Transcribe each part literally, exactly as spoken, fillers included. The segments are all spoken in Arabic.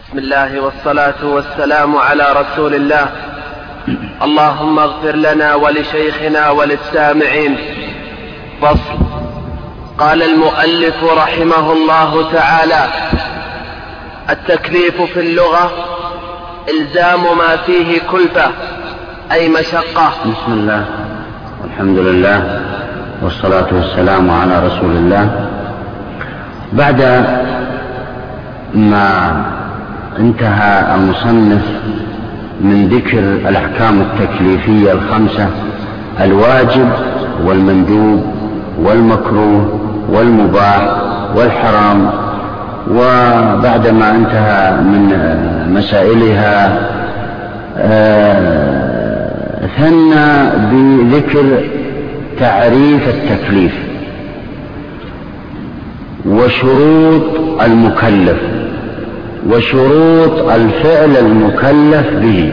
بسم الله والصلاة والسلام على رسول الله. اللهم اغفر لنا ولشيخنا وللسامعين. فصل. قال المؤلف رحمه الله تعالى: التكليف في اللغة إلزام ما فيه كلفة أي مشقة. بسم الله والحمد لله والصلاة والسلام على رسول الله. بعد ما انتهى المصنف من ذكر الأحكام التكليفية الخمسة: الواجب والمندوب والمكروه والمباح والحرام، وبعدما انتهى من مسائلها ثنى بذكر تعريف التكليف وشروط المكلف وشروط الفعل المكلف به.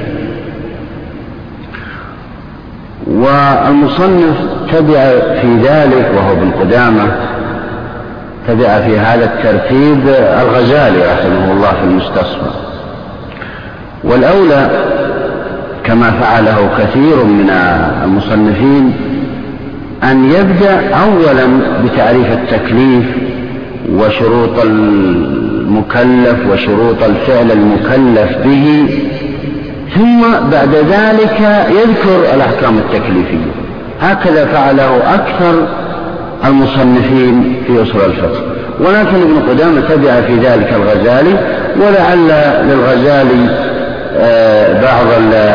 والمصنف تبع في ذلك، وهو ابن قدامة، تبع في هذا الترتيب الغزالي رحمه الله في المستصفى. والأولى كما فعله كثير من المصنفين أن يبدأ أولا بتعريف التكليف وشروط المكلف وشروط الفعل المكلف به، ثم بعد ذلك يذكر الأحكام التكليفية. هكذا فعله أكثر المصنفين في أصول الفقه، ولكن ابن قدامة تبع في ذلك الغزالي، ولعل للغزالي بعض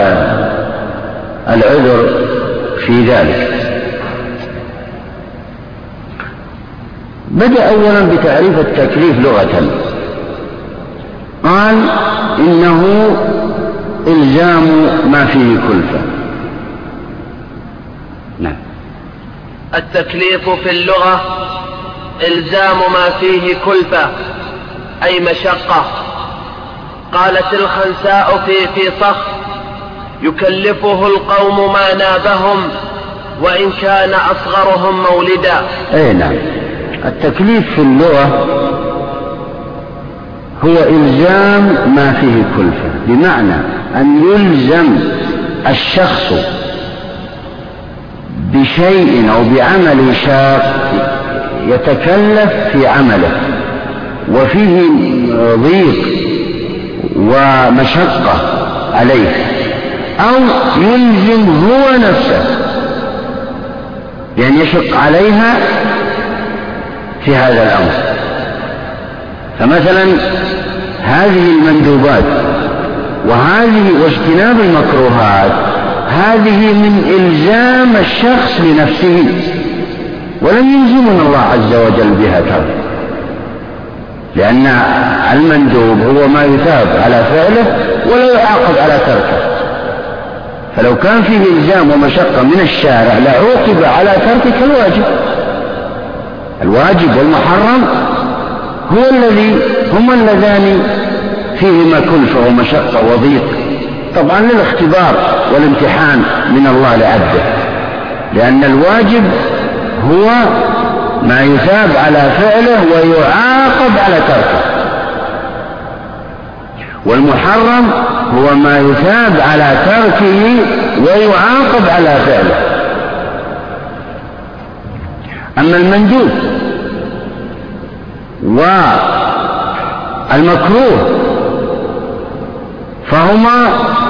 العذر في ذلك. بدأ أولا بتعريف التكليف لغة. قال: إنه إلزام ما فيه كلفة. نعم. التكليف في اللغة إلزام ما فيه كلفة أي مشقة. قالت الخنساء في في صخر: يكلفه القوم ما نابهم وإن كان أصغرهم مولدا. أي نعم. التكليف في اللغة هو إلزام ما فيه كلفة، بمعنى أن يلزم الشخص بشيء أو بعمل شاق يتكلف في عمله وفيه ضيق ومشقة عليه، أو يلزم هو نفسه يعني يشق عليها في هذا الأمر. فمثلا هذه المندوبات وهذه واجتناب المكروهات هذه من إلزام الشخص لنفسه، ولم يلزمنا الله عز وجل بها ترك، لأن المندوب هو ما يثاب على فعله ولا يعاقب على تركه. فلو كان فيه إلزام ومشقة من الشارع لعوقب على ترك الواجب. الواجب والمحرم هو الذي هما اللذان فيهما كلفة ومشقة وضيق، طبعا للاختبار والامتحان من الله لعبده، لأن الواجب هو ما يثاب على فعله ويعاقب على تركه، والمحرم هو ما يثاب على تركه ويعاقب على فعله. أما المندوب والمكروه فهما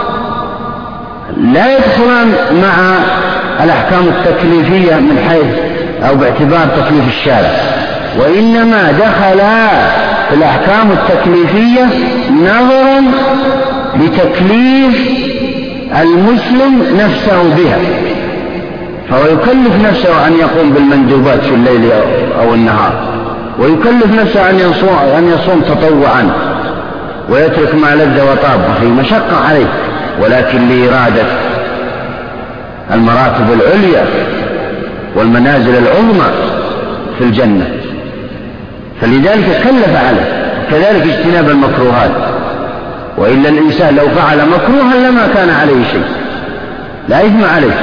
لا يدخلان مع الأحكام التكليفية من حيث أو باعتبار تكليف الشارع، وإنما دخلا في الأحكام التكليفية نظرا لتكليف المسلم نفسه بها، فهو يكلف نفسه أن يقوم بالمندوبات في الليل أو النهار، ويكلف نفسه أن يصوم, أن يصوم تطوعا ويترك ما لذ وطاب، في مشقة عليه، ولكن لإرادة المراتب العليا والمنازل العظمى في الجنة، فلذلك كلف عليه. كذلك اجتناب المكروهات، وإلا الإنسان لو فعل مكروها لما كان عليه شيء، لا إثم عليه،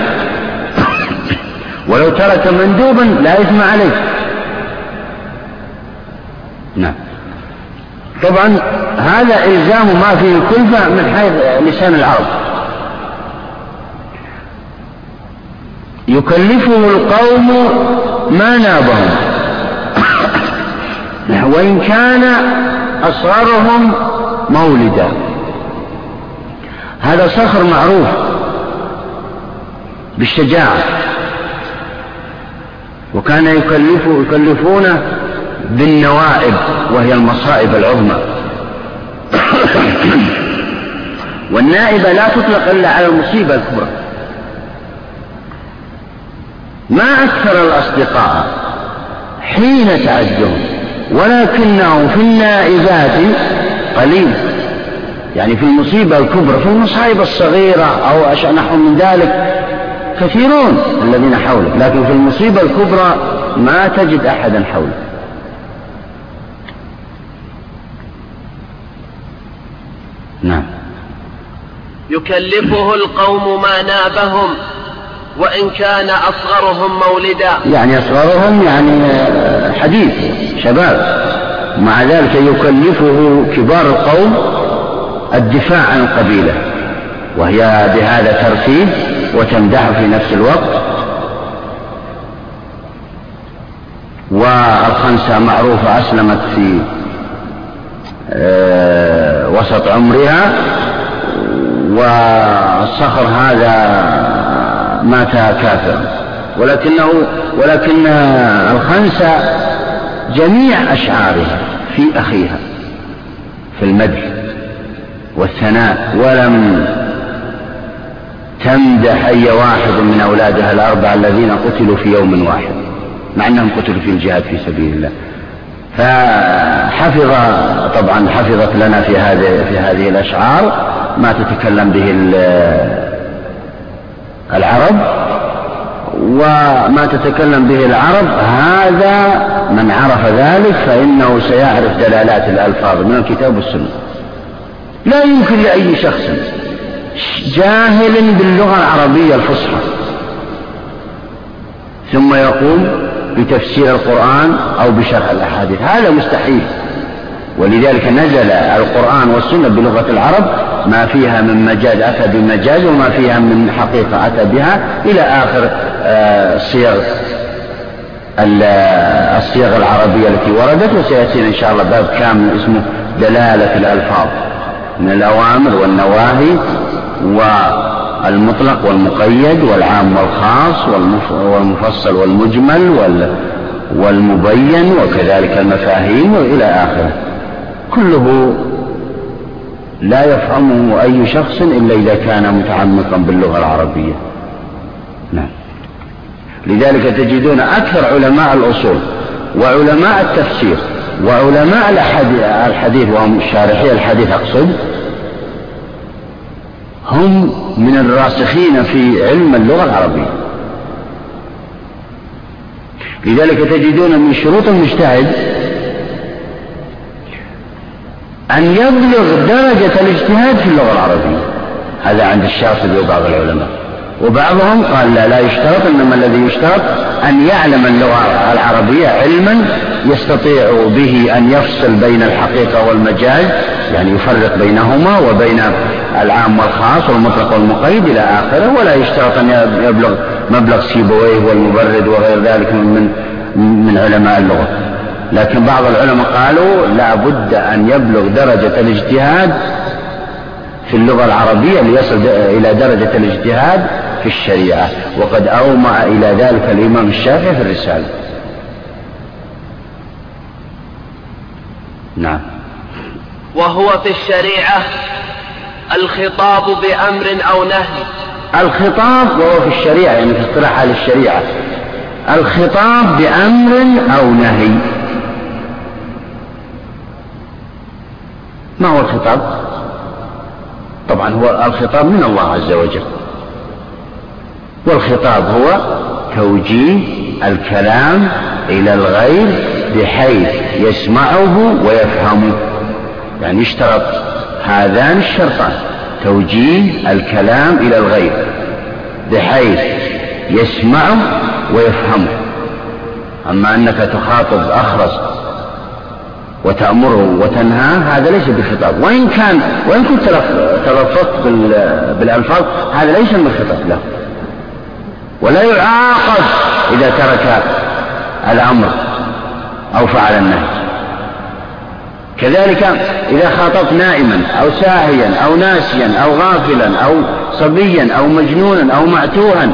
ولو ترك مندوبا لا إثم عليه. نعم. طبعا هذا إلزام ما فيه كلفة من حيث لسان العرب. يكلفه القوم ما نابهم وإن كان أصغرهم مولدا. هذا صخر معروف بالشجاعة، وكان يكلفه يكلفونه بالنوائب وهي المصائب العظمى. والنائبة لا تطلق إلا على المصيبة الكبرى. ما أكثر الأصدقاء حين تعدهم، ولكنه في النائبات قليل، يعني في المصيبة الكبرى. في المصائب الصغيرة أو أشياء نحو من ذلك كثيرون الذين حولك، لكن في المصيبة الكبرى ما تجد أحدا حولك. نعم. يكلفه القوم ما نابهم وإن كان أصغرهم مولدا، يعني أصغرهم يعني حديث شباب، مع ذلك يكلفه كبار القوم الدفاع عن القبيلة، وهي بهذا ترتيب وتمدح في نفس الوقت. والخنسة معروفة أسلمت في وسط عمرها، والصخر هذا مات كافرا، ولكنه ولكن الخنسة جميع أشعارها في أخيها في المدح والثناء، ولم تمدح أي واحد من أولادها الأربعة الذين قتلوا في يوم واحد، مع أنهم قتلوا في الجهاد في سبيل الله. فحفظ طبعا حفظت لنا في هذه في هذه الأشعار ما تتكلم به العرب، وما تتكلم به العرب هذا من عرف ذلك فإنه سيعرف دلالات الألفاظ من الكتاب والسنة. لا يمكن لأي شخص جاهل باللغة العربية الفصحى ثم يقوم بتفسير القرآن أو بشرح الأحاديث، هذا مستحيل. ولذلك نزل القرآن والسنة بلغة العرب، ما فيها من مجاز أتى بمجاز، وما فيها من حقيقة أتى بها، إلى آخر الصيغ الصيغ العربية التي وردت. وسيأتينا إن شاء الله باب كامل اسمه دلالة الألفاظ من الأوامر والنواهي والمطلق والمقيد والعام والخاص والمفصل والمجمل والمبين، وكذلك المفاهيم وإلى آخره. كله لا يفهمه أي شخص إلا إذا كان متعمقا باللغة العربية. نعم. لذلك تجدون أكثر علماء الأصول وعلماء التفسير وعلماء الحديث، وهم شارحي الحديث أقصد، هم من الراسخين في علم اللغة العربية. لذلك تجدون من شروط المجتهد أن يبلغ درجة الاجتهاد في اللغة العربية. هذا عند الشافعي وبعض العلماء، وبعضهم قال لا لا يشترط، إنما الذي يشترط أن يعلم اللغة العربية علما يستطيع به أن يفصل بين الحقيقة والمجاز، يعني يفرق بينهما وبين العام والخاص والمطلق والمقيد إلى آخره. ولا يشترط أن يبلغ مبلغ سيبويه والمبرد وغير ذلك من من علماء اللغة. لكن بعض العلماء قالوا لا بد أن يبلغ درجة الاجتهاد في اللغة العربية ليصل إلى درجة الاجتهاد في الشريعة، وقد أومأ إلى ذلك الإمام الشافعي في الرسالة. نعم. وهو في الشريعة الخطاب بأمر أو نهي. الخطاب وهو في الشريعة يعني في اصطلاح أهل الشريعة الخطاب بأمر أو نهي. ما هو الخطاب؟ طبعا هو الخطاب من الله عز وجل، والخطاب هو توجيه الكلام إلى الغير بحيث يسمعه ويفهمه، يعني يشترط هذان الشرطان: توجيه الكلام إلى الغير بحيث يسمعه ويفهمه. أما أنك تخاطب أخرس وتأمره وتنهاه هذا ليس بخطاب، وإن كان وإن كنت تلفظت بالألفاظ هذا ليس من خطاب له، ولا يعاقب إذا ترك الأمر أو فعل النهي. كذلك إذا خاطبت نائما أو ساهيا أو ناسيا أو غافلا أو صبيا أو مجنونا أو معتوها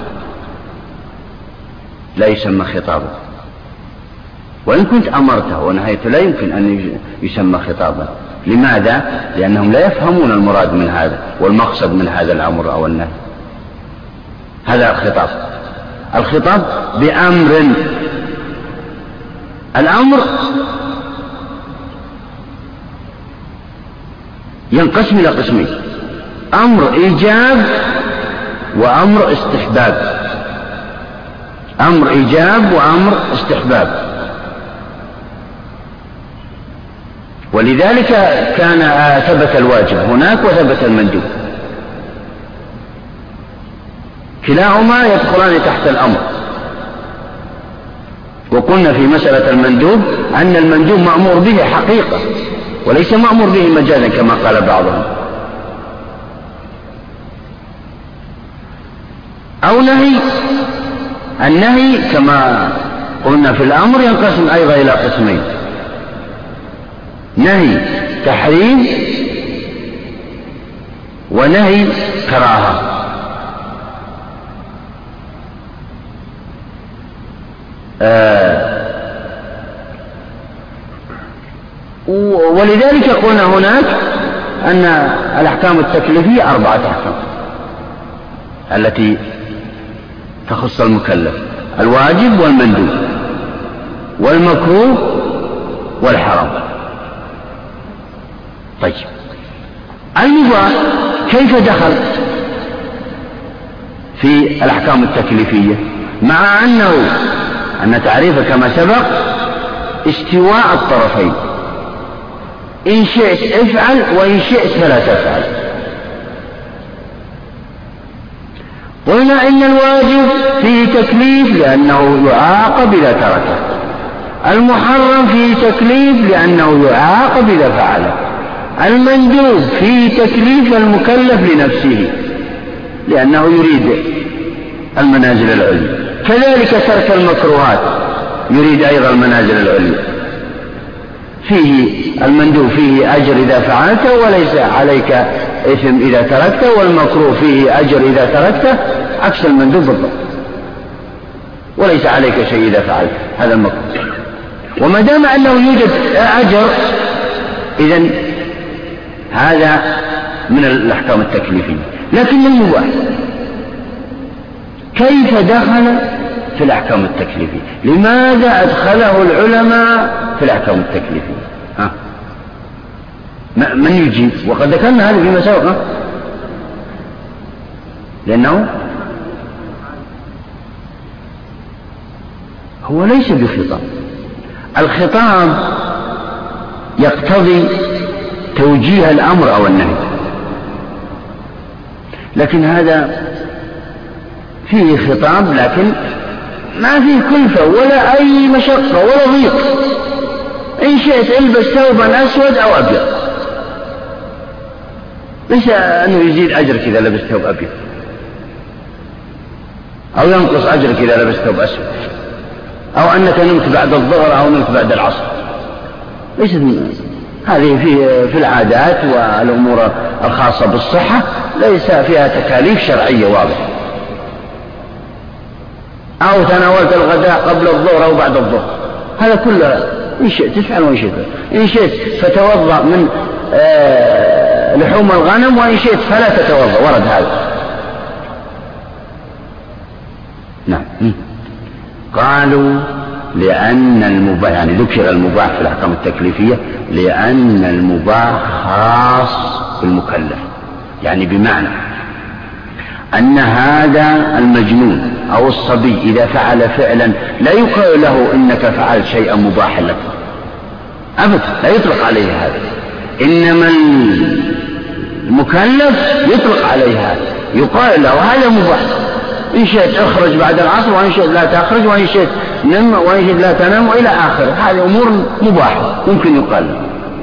لا يسمى خطابا، وإن كنت أمرته ونهيته لا يمكن أن يسمى خطابا. لماذا؟ لأنهم لا يفهمون المراد من هذا والمقصد من هذا الأمر أو النهي. هذا الخطاب. الخطاب بأمر. الأمر ينقسم إلى قسمين: أمر إيجاب وأمر استحباب. أمر إيجاب وأمر استحباب. ولذلك كان ثبت الواجب هناك وثبت المندوب، كلاهما يدخلان تحت الأمر. وقلنا في مسألة المندوب أن المندوب مأمور به حقيقة وليس مأمور به مجازا كما قال بعضهم. أو نهي. النهي كما قلنا في الأمر ينقسم أيضا إلى قسمين: نهي تحريم ونهي كراهة. آه ولذلك قلنا هناك أن الأحكام التكليفية أربعة أحكام التي تخص المكلف: الواجب والمندوب والمكروه والحرام. طيب، المباح كيف دخل في الأحكام التكليفية؟ مع أنه أن تعريفه كما سبق استواء الطرفين: إن شئت افعل وإن شئت فلا تفعل. قلنا إن الواجب فيه تكليف لأنه يعاقب إذا تركه، المحرم فيه تكليف لأنه يعاقب إذا فعله، المندوب فيه تكليف المكلف لنفسه لأنه يريد المنازل العليا، كذلك ترك المكروهات يريد أيضا المنازل العليا. فيه المندوب فيه أجر إذا فعلته وليس عليك إثم إذا تركته، والمكروه فيه أجر إذا تركته عكس المندوب بالضبط، وليس عليك شيء إذا فعلت هذا المكروه. وما دام أنه يوجد أجر إذن هذا من الأحكام التكليفية. لكن المباح كيف دخل في الأحكام التكليفية؟ لماذا أدخله العلماء في الأحكام التكليفية؟ ها؟ من يجيب؟ وقد ذكرنا هذا فيما سبق. لأنه هو ليس بخطاب. الخطاب يقتضي توجيه الأمر أو النهي، لكن هذا فيه خطاب لكن ما فيه كلفة ولا أي مشقة ولا ضيق. إن شئت البس ثوبا أسود أو أبيض، ليس أنه يزيد أجرك إذا لبس ثوب أبيض أو ينقص أجرك إذا لبس ثوب أسود، أو أنك نمت بعد الظهر أو نمت بعد العصر. ليست هذه في في العادات والأمور الخاصة بالصحة ليس فيها تكاليف شرعية واضحة. أو تناولت الغداء قبل الظهر أو بعد الظهر، هذا كله إن شئت تفعل وإن شئت. إن شئت فتوضأ من آه لحوم الغنم وإن شئت فلا تتوضأ، ورد هذا. نعم. قالوا لأن المباح، يعني ذكر المباح في الأحكام التكليفية لأن المباح خاص بالمكلف، يعني بمعنى أن هذا المجنون أو الصبي إذا فعل فعلا لا يقال له إنك فعلت شيئا مباحا لك أبدا، لا يطلق عليه هذا. إنما المكلف يطلق عليه هذا، يقال له هذا مباح، إن شئت اخرج بعد العصر وإن شئت لا تخرج، وإن شئت نم وإن شئت لا تنام وإلى آخر. هذه أمور مباحة ممكن يقال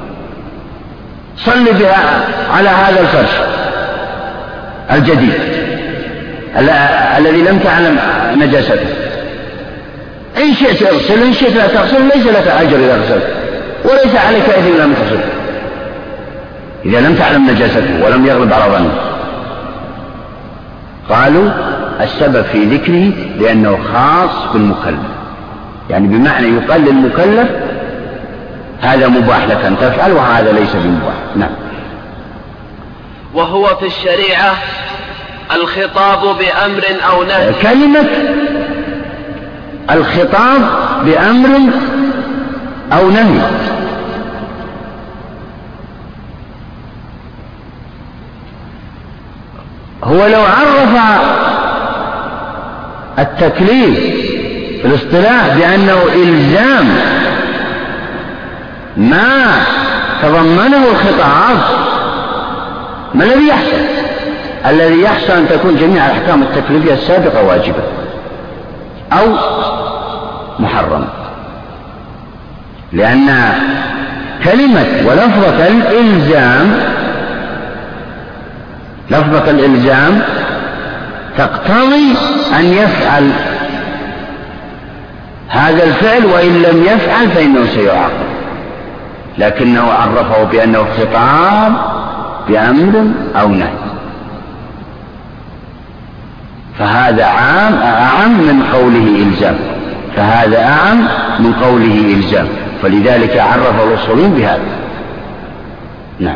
صل بها على هذا الفرش الجديد الذي لم تعلم نجاسته، إن شئت اغسل إن شئت لا تغسل، ليس لك أجر إذا غسلت وليس عليك إثم لم تغسل إذا لم تعلم نجاسته ولم يغلب على ظنه. قالوا السبب في ذكره لأنه خاص بالمكلف، يعني بمعنى يقال للمكلف هذا مباح لك أن تفعل وهذا ليس بمباح. نعم. وهو في الشريعة الخطاب بأمر أو نهي. كلمة الخطاب بأمر أو نهي هو لو عرف التكليف في الاصطلاح بأنه إلزام ما تضمنه الخطاب، ما الذي يحصل؟ الذي يحصل أن تكون جميع الأحكام التكليفية السابقة واجبة أو محرمة، لأن كلمة ولفظة الإلزام لفظة الإلزام تقتضي أن يفعل هذا الفعل، وإن لم يفعل فإنه سيعاقب، لكنه عرفه بأنه خطاب بأمر أو نهي، فهذا عام أعم من قوله إلزام فهذا أعم من قوله إلزام فلذلك عرف الأصوليين بهذا. نعم.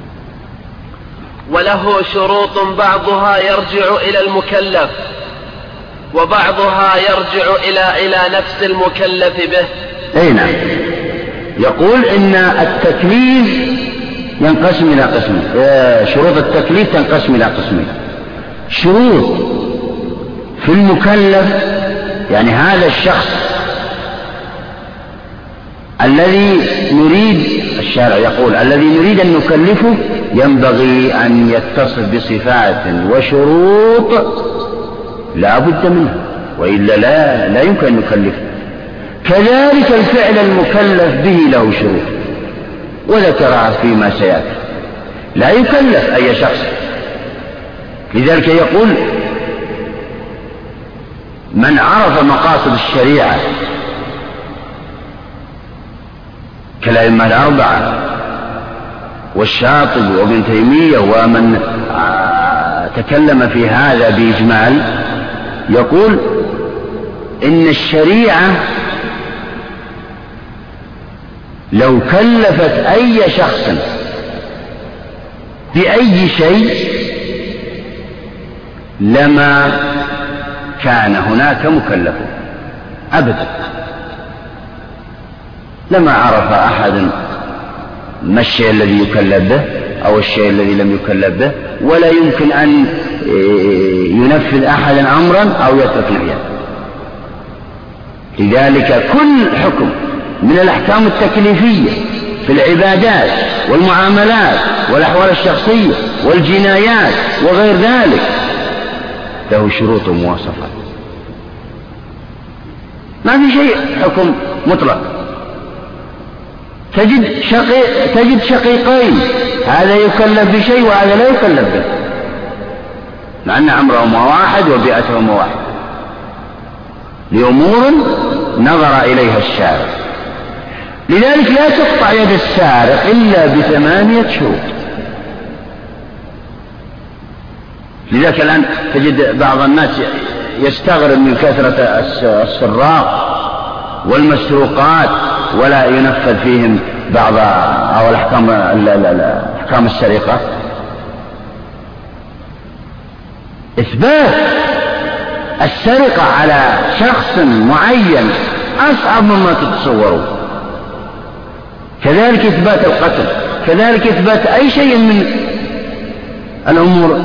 وله شروط بعضها يرجع إلى المكلف وبعضها يرجع إلى إلى نفس المكلف به. أي نعم. يقول إن التكليف ينقسم إلى قسمين، شروط التكليف تنقسم إلى قسمين: شروط في المكلف، يعني هذا الشخص الذي نريد الشارع يقول الذي نريد أن نكلفه ينبغي أن يتصف بصفات وشروط لا بد منها وإلا لا, لا يمكن أن نكلفه. كذلك الفعل المكلف به له شروط وذكرها فيما سيأتي، لا يكلف أي شخص. لذلك يقول من عرف مقاصد الشريعة كالأئمة الأربعة والشاطبي وابن تيمية ومن تكلم في هذا بإجمال، يقول إن الشريعة لو كلفت أي شخص بأي شيء لما كان هناك مكلف أبدا، لما عرف أحد ما الشيء الذي يكلف به أو الشيء الذي لم يكلف به، ولا يمكن أن ينفذ أحد أمرا أو يترك نهيا. لذلك كل حكم من الأحكام التكليفية في العبادات والمعاملات والأحوال الشخصية والجنايات وغير ذلك له شروط ومواصفات، ما في شيء حكم مطلق. تجد, شقي... تجد شقيقين، هذا يكلف بشيء وهذا لا يكلف به، مع أن عمرهما واحد وبيئتهما واحد، لأمور نظر إليها الشارع. لذلك لا تقطع يد السارق إلا بثمانية شروط. لذلك الآن تجد بعض الناس يستغرب من كثرة السراق والمسروقات ولا ينفذ فيهم بعض أو الأحكام أحكام السرقة. إثبات السرقة على شخص معين أصعب مما تتصورون، كذلك إثبات القتل، كذلك إثبات أي شيء من الأمور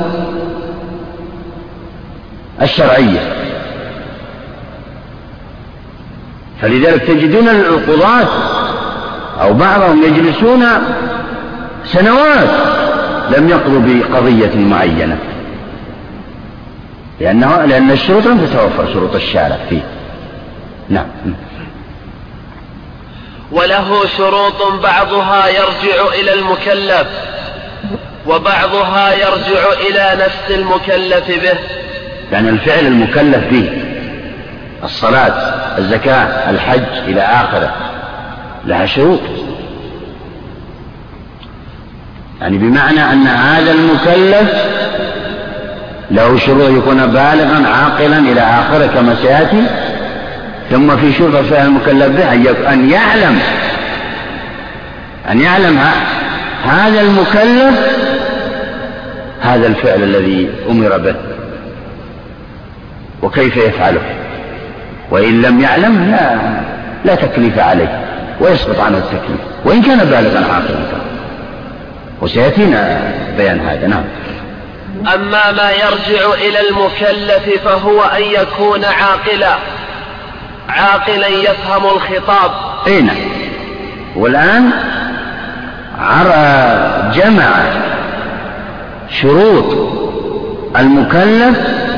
الشرعية. فلذلك تجدون القضاة أو بعضهم يجلسون سنوات لم يقضوا بقضية معينة، لأنه لأن الشروط لم تتوفر، شروط الشارع فيه. نعم. وله شروط بعضها يرجع إلى المكلف وبعضها يرجع إلى نفس المكلف به. يعني الفعل المكلف به، الصلاة، الزكاة، الحج إلى آخره، لها شروط. يعني بمعنى أن هذا المكلف له شروط، يكون بالغا عاقلا إلى آخره كما سيأتي. ثم في شروط الفعل المكلف به أن يعلم أن يعلم هذا المكلف هذا الفعل الذي أمر به وكيف يفعله، وإن لم يعلم لا, لا تكليف عليه ويسقط عنه التكليف وإن كان بالغا عاقلا، وسيأتينا بيان هذا. نعم. أما ما يرجع إلى المكلف فهو أن يكون عاقلا عاقلا يفهم الخطاب. أين والآن جمع شروط المكلف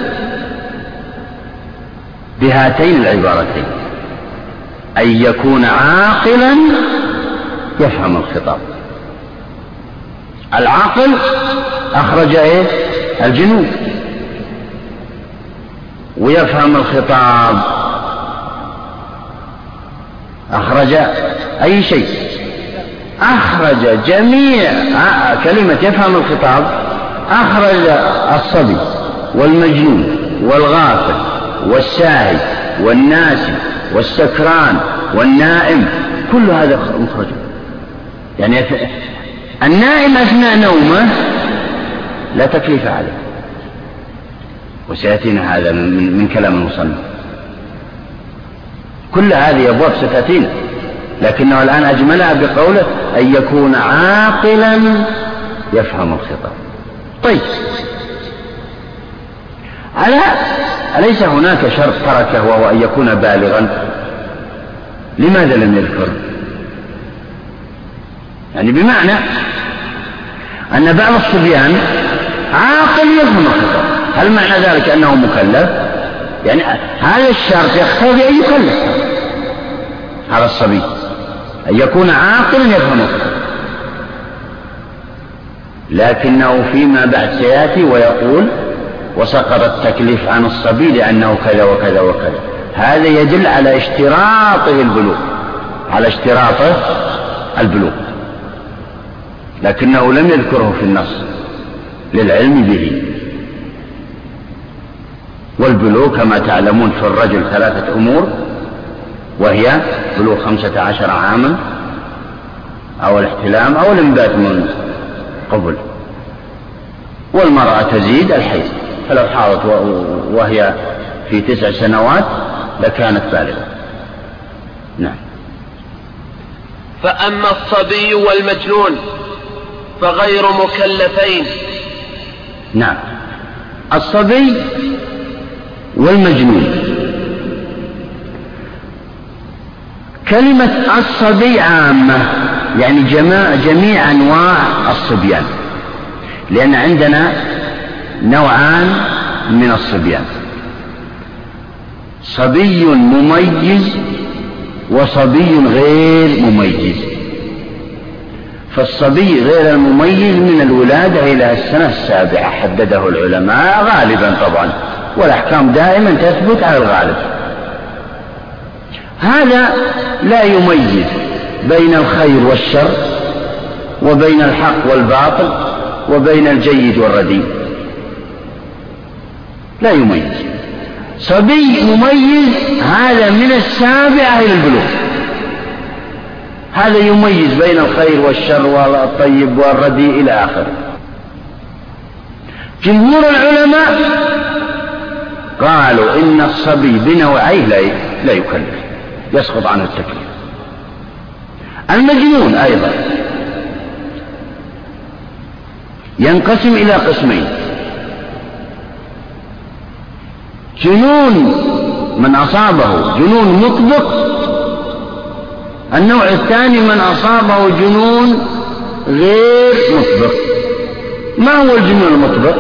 بهاتين العبارتين: أن يكون عاقلا يفهم الخطاب. العقل أخرج إيه؟ الجنون. ويفهم الخطاب أخرج أي شيء؟ أخرج جميع كلمة يفهم الخطاب، أخرج الصبي والمجنون والغافل والساهي والناسي والسكران والنائم، كل هذا مخرج. يعني النائم أثناء نومه لا تكليف عليه، وسيأتينا هذا من, من كلام المصنف. كل هذه أبواب ستأتينا، لكنه الآن أجملها بقوله أن يكون عاقلا يفهم الخطاب. طيب، ألا أليس هناك شرط تركه وهو أن يكون بالغا؟ لماذا لم يذكر؟ يعني بمعنى أن بعض الصبيان عاقل يفهم الخطاب، هل معنى ذلك أنه مكلف؟ يعني هذا الشرط يقتضي أن يكلف هذا الصبي، أن يكون عاقلا يفهم الخطاب. لكنه فيما بعد سيأتي ويقول وسقط التكليف عن الصبي لأنه كذا وكذا وكذا. هذا يدل على اشتراطه البلوغ، على اشتراطه البلوغ، لكنه لم يذكره في النص للعلم به. والبلوغ كما تعلمون في الرجل ثلاثة أمور، وهي بلوغ خمسة عشر عاما أو الاحتلام أو الانبات من قبل، والمرأة تزيد الحيض، فلو حاضت وهي في تسع سنوات لكانت بالغة. نعم. فأما الصبي والمجنون فغير مكلفين. نعم، الصبي والمجنون، كلمة الصبي عامة، يعني جميع, جميع أنواع الصبيان، لأن عندنا نوعان من الصبيان: صبي مميز وصبي غير مميز. فالصبي غير المميز من الولادة إلى السنة السابعة حدده العلماء غالبا طبعا، والأحكام دائما تثبت على الغالب. هذا لا يميز بين الخير والشر وبين الحق والباطل وبين الجيد والرديء، لا يميز. صبي مميز هذا من السابعة إلى البلوغ، هذا يميز بين الخير والشر والطيب والرديء إلى آخره. جمهور العلماء قالوا إن الصبي بنوعيه لا يكلف، يسقط عنه التكليف. المجنون أيضا ينقسم إلى قسمين: جنون من أصابه جنون مطبق، النوع الثاني من أصابه جنون غير مطبق. ما هو الجنون المطبق؟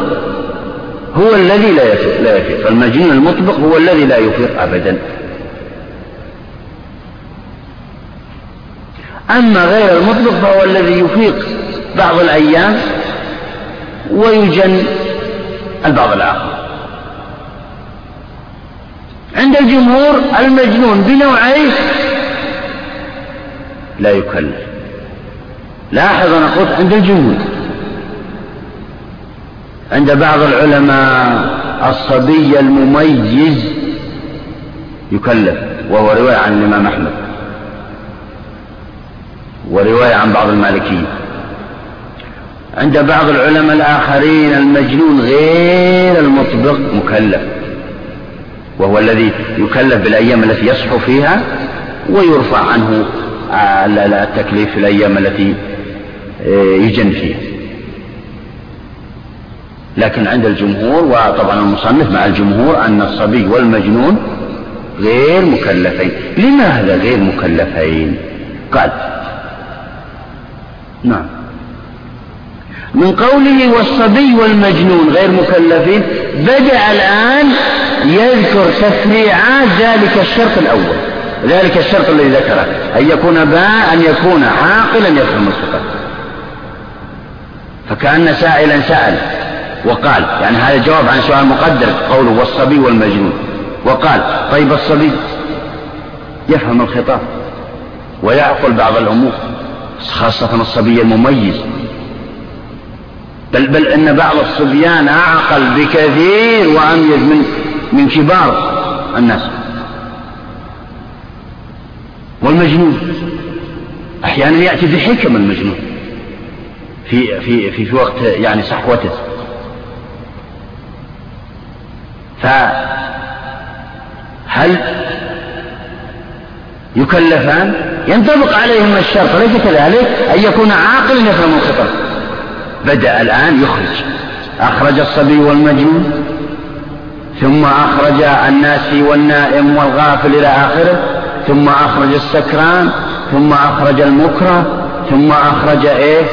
هو الذي لا يفيق لا يفيق المجنون المطبق هو الذي لا يفيق أبدا، أما غير المطلق فهو الذي يفيق بعض الأيام ويجن البعض الآخر. عند الجمهور المجنون بنوعيه لا يكلف. لاحظ أنا قلت عند الجمهور. عند بعض العلماء الصبي المميز يكلف، وهو رواية عن الإمام أحمد ورواية عن بعض المالكيين. عند بعض العلماء الآخرين المجنون غير المطبق مكلف، وهو الذي يكلف بالأيام التي يصحو فيها ويرفع عنه التكليف في الأيام التي يجن فيها. لكن عند الجمهور، وطبعا المصنف مع الجمهور، أن الصبي والمجنون غير مكلفين. لماذا غير مكلفين؟ قال نعم من قوله والصبي والمجنون غير مكلفين بدأ الآن يذكر تفريعات ذلك الشرط الأول، ذلك الشرط الذي ذكره، أن يكون باء، أن يكون عاقلا يفهم الخطاب. فكأن سائلا سأل وقال، يعني هذا جواب عن سؤال مقدر، قوله والصبي والمجنون، وقال طيب الصبي يفهم الخطاب ويعقل بعض الأمور، خاصة الصبي المميز، بل بل إن بعض الصبيان أعقل بكثير وأميز من من كبار الناس. والمجنون أحيانا يأتي بحكم المجنون في في في, في وقت يعني صحوته. فهل يكلفان؟ ينطبق عليهم الشرط، ليس كذلك، أن يكون عاقلا يفهم الخطاب. بدأ الآن يخرج، أخرج الصبي والمجنون، ثم أخرج الناسي والنائم والغافل إلى آخره، ثم أخرج السكران، ثم أخرج المكره، ثم أخرج إيه؟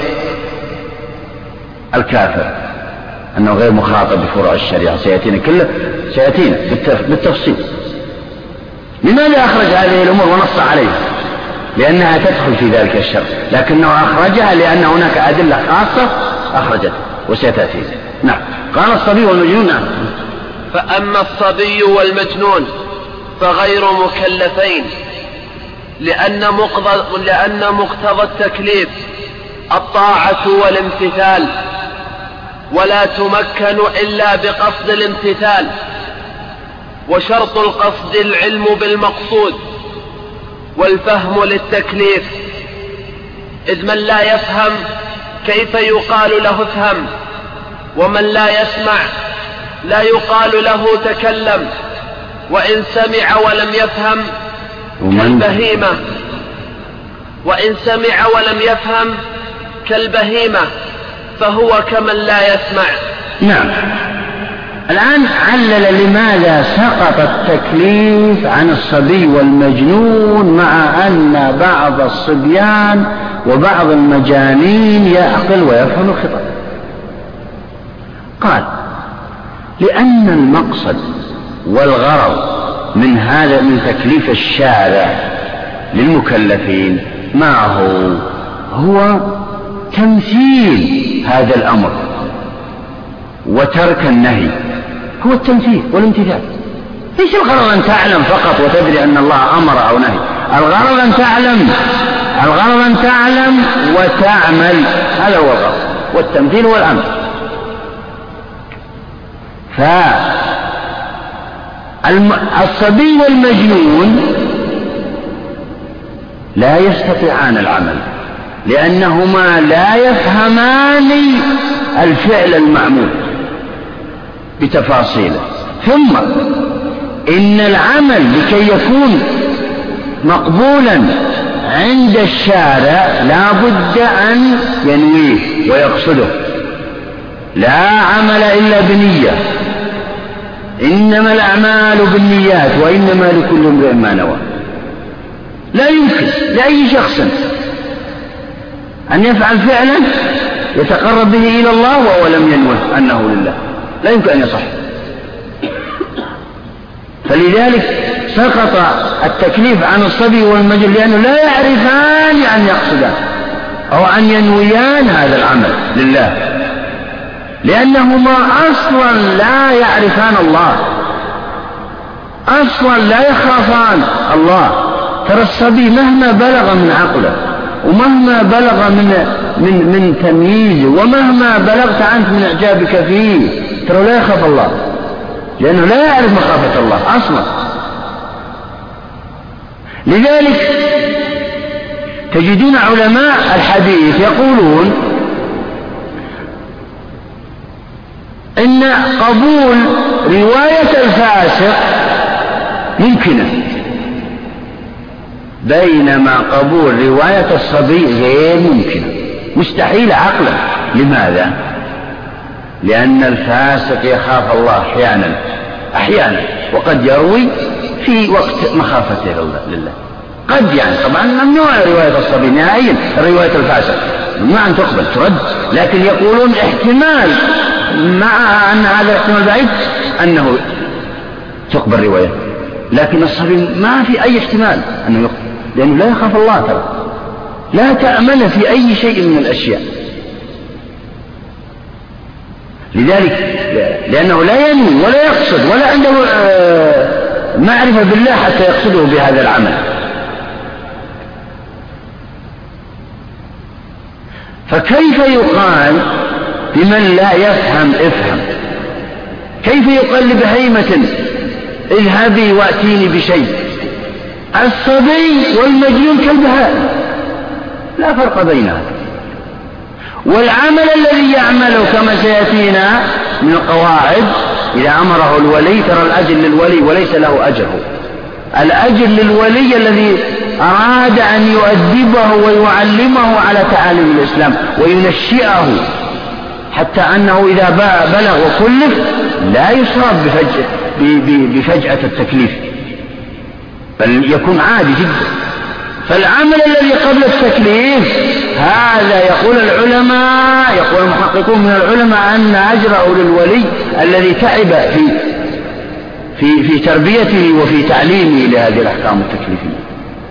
الكافر، أنه غير مخاطب بفروع الشريعة. سيأتينا كله سيأتينا بالتفصيل. لماذا أخرج هذه الأمور ونص عليها؟ لأنها تدخل في ذلك الشر، لكنه أخرجها لأن هناك أدلة خاصة أخرجتها وستأتي. نعم. قال الصبي والمجنون. نعم. فأما الصبي والمجنون فغير مكلفين، لأن مقتضى لأن مقتضى التكليف الطاعة والامتثال، ولا تمكن إلا بقصد الامتثال، وشرط القصد العلم بالمقصود والفهم للتكليف، إذ من لا يفهم كيف يقال له افهم، ومن لا يسمع لا يقال له تكلم، وإن سمع ولم يفهم كالبهيمة وإن سمع ولم يفهم كالبهيمة فهو كمن لا يسمع. نعم. الآن علل لماذا سقط التكليف عن الصبي والمجنون مع أن بعض الصبيان وبعض المجانين يعقل ويفهم الخطاب. قال لأن المقصد والغرض من هذا من تكليف الشارع للمكلفين ما هو هو تمثيل هذا الأمر وترك النهي، هو التمثيل والامتثال. ليس الغرض أن تعلم فقط وتدري أن الله أمر أو نهي، الغرض أن تعلم الغرض أن تعلم وتعمل، هذا هو الغرض، والتمثيل هو الأمر. فالصبي والمجنون لا يستطيعان العمل لأنهما لا يفهمان الفعل المعمول بتفاصيله، ثم إن العمل لكي يكون مقبولا عند الشارع لا بد أن ينويه ويقصده. لا عمل إلا بنية، إنما الأعمال بالنيات وإنما لكل امرئ ما نوى. لا يمكن لأي شخص أن يفعل فعلا يتقرب به إلى الله وهو لم ينوه أنه لله، لا يمكن أن يصح. فلذلك سقط التكليف عن الصبي والمجنون لأنه لا يعرفان أن يقصدان أو أن ينويان هذا العمل لله، لأنهما أصلا لا يعرفان الله، أصلا لا يخافان الله. ترى الصبي مهما بلغ من عقله ومهما بلغ من من من تمييزه ومهما بلغت أنت من إعجابك فيه ترى لا يخاف الله، لأنه لا يعرف مخافة الله أصلا. لذلك تجدون علماء الحديث يقولون إن قبول رواية الفاسق ممكنة، بينما قبول رواية الصبي غير ممكنة، مستحيل عقلا. لماذا؟ لأن الفاسق يخاف الله أحيانا أحيانا وقد يروي في وقت مخافته لله، قد يعني طبعا ممنوع رواية الصبي نهائيا، رواية الفاسق ممنوع أن تقبل ترد، لكن يقولون احتمال مع أن هذا الاحتمال بعيد أنه تقبل رواية، لكن الصبي ما في أي احتمال أنه يقبل، لأنه لا يخاف الله، ترى لا تأمن في أي شيء من الأشياء. لذلك لأنه لا ينوي ولا يقصد ولا عنده معرفة بالله حتى يقصده بهذا العمل. فكيف يقال لمن لا يفهم افهم؟ كيف يقال لبهيمة اذهبي واتيني بشيء؟ الصبي والمجنون كالبهائم لا فرق بينها، والعمل الذي يعمله كما سيأتينا من القواعد إذا أمره الولي ترى الأجر للولي وليس له أجره، الأجر للولي الذي أراد أن يؤدبه ويعلمه على تعاليم الإسلام وينشئه حتى أنه إذا بلغ وكلف لا يصاب بفجأة, بفجأة التكليف، بل يكون عادي جدا. فالعمل الذي قبل التكليف هذا يقول العلماء يقول المحققون من العلماء أن أجره للولي الذي تعب في في في تربيته وفي تعليمه لهذه الأحكام التكليفية.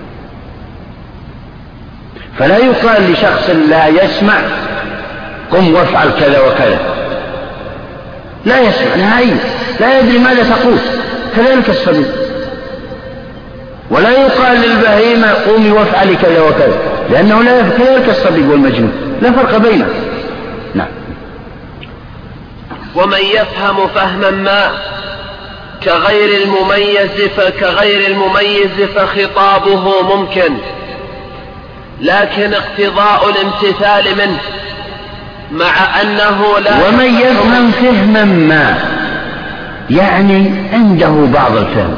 فلا يقال لشخص لا يسمع قم وافعل كذا وكذا، لا يسمع نهائيا، لا يدري ماذا تقول، كذلك الصبي. ولا يقال للبهيمة قومي وافعلي كذا وكذا، لأنه لا يفعل، كذلك الصبي والمجنون لا فرق بينه. نعم. ومن يفهم فهما ما كغير المميز فكغير المميز فخطابه ممكن، لكن اقتضاء الامتثال منه مع أنه لا. ومن يفهم فهما ما يعني عنده بعض الفهم،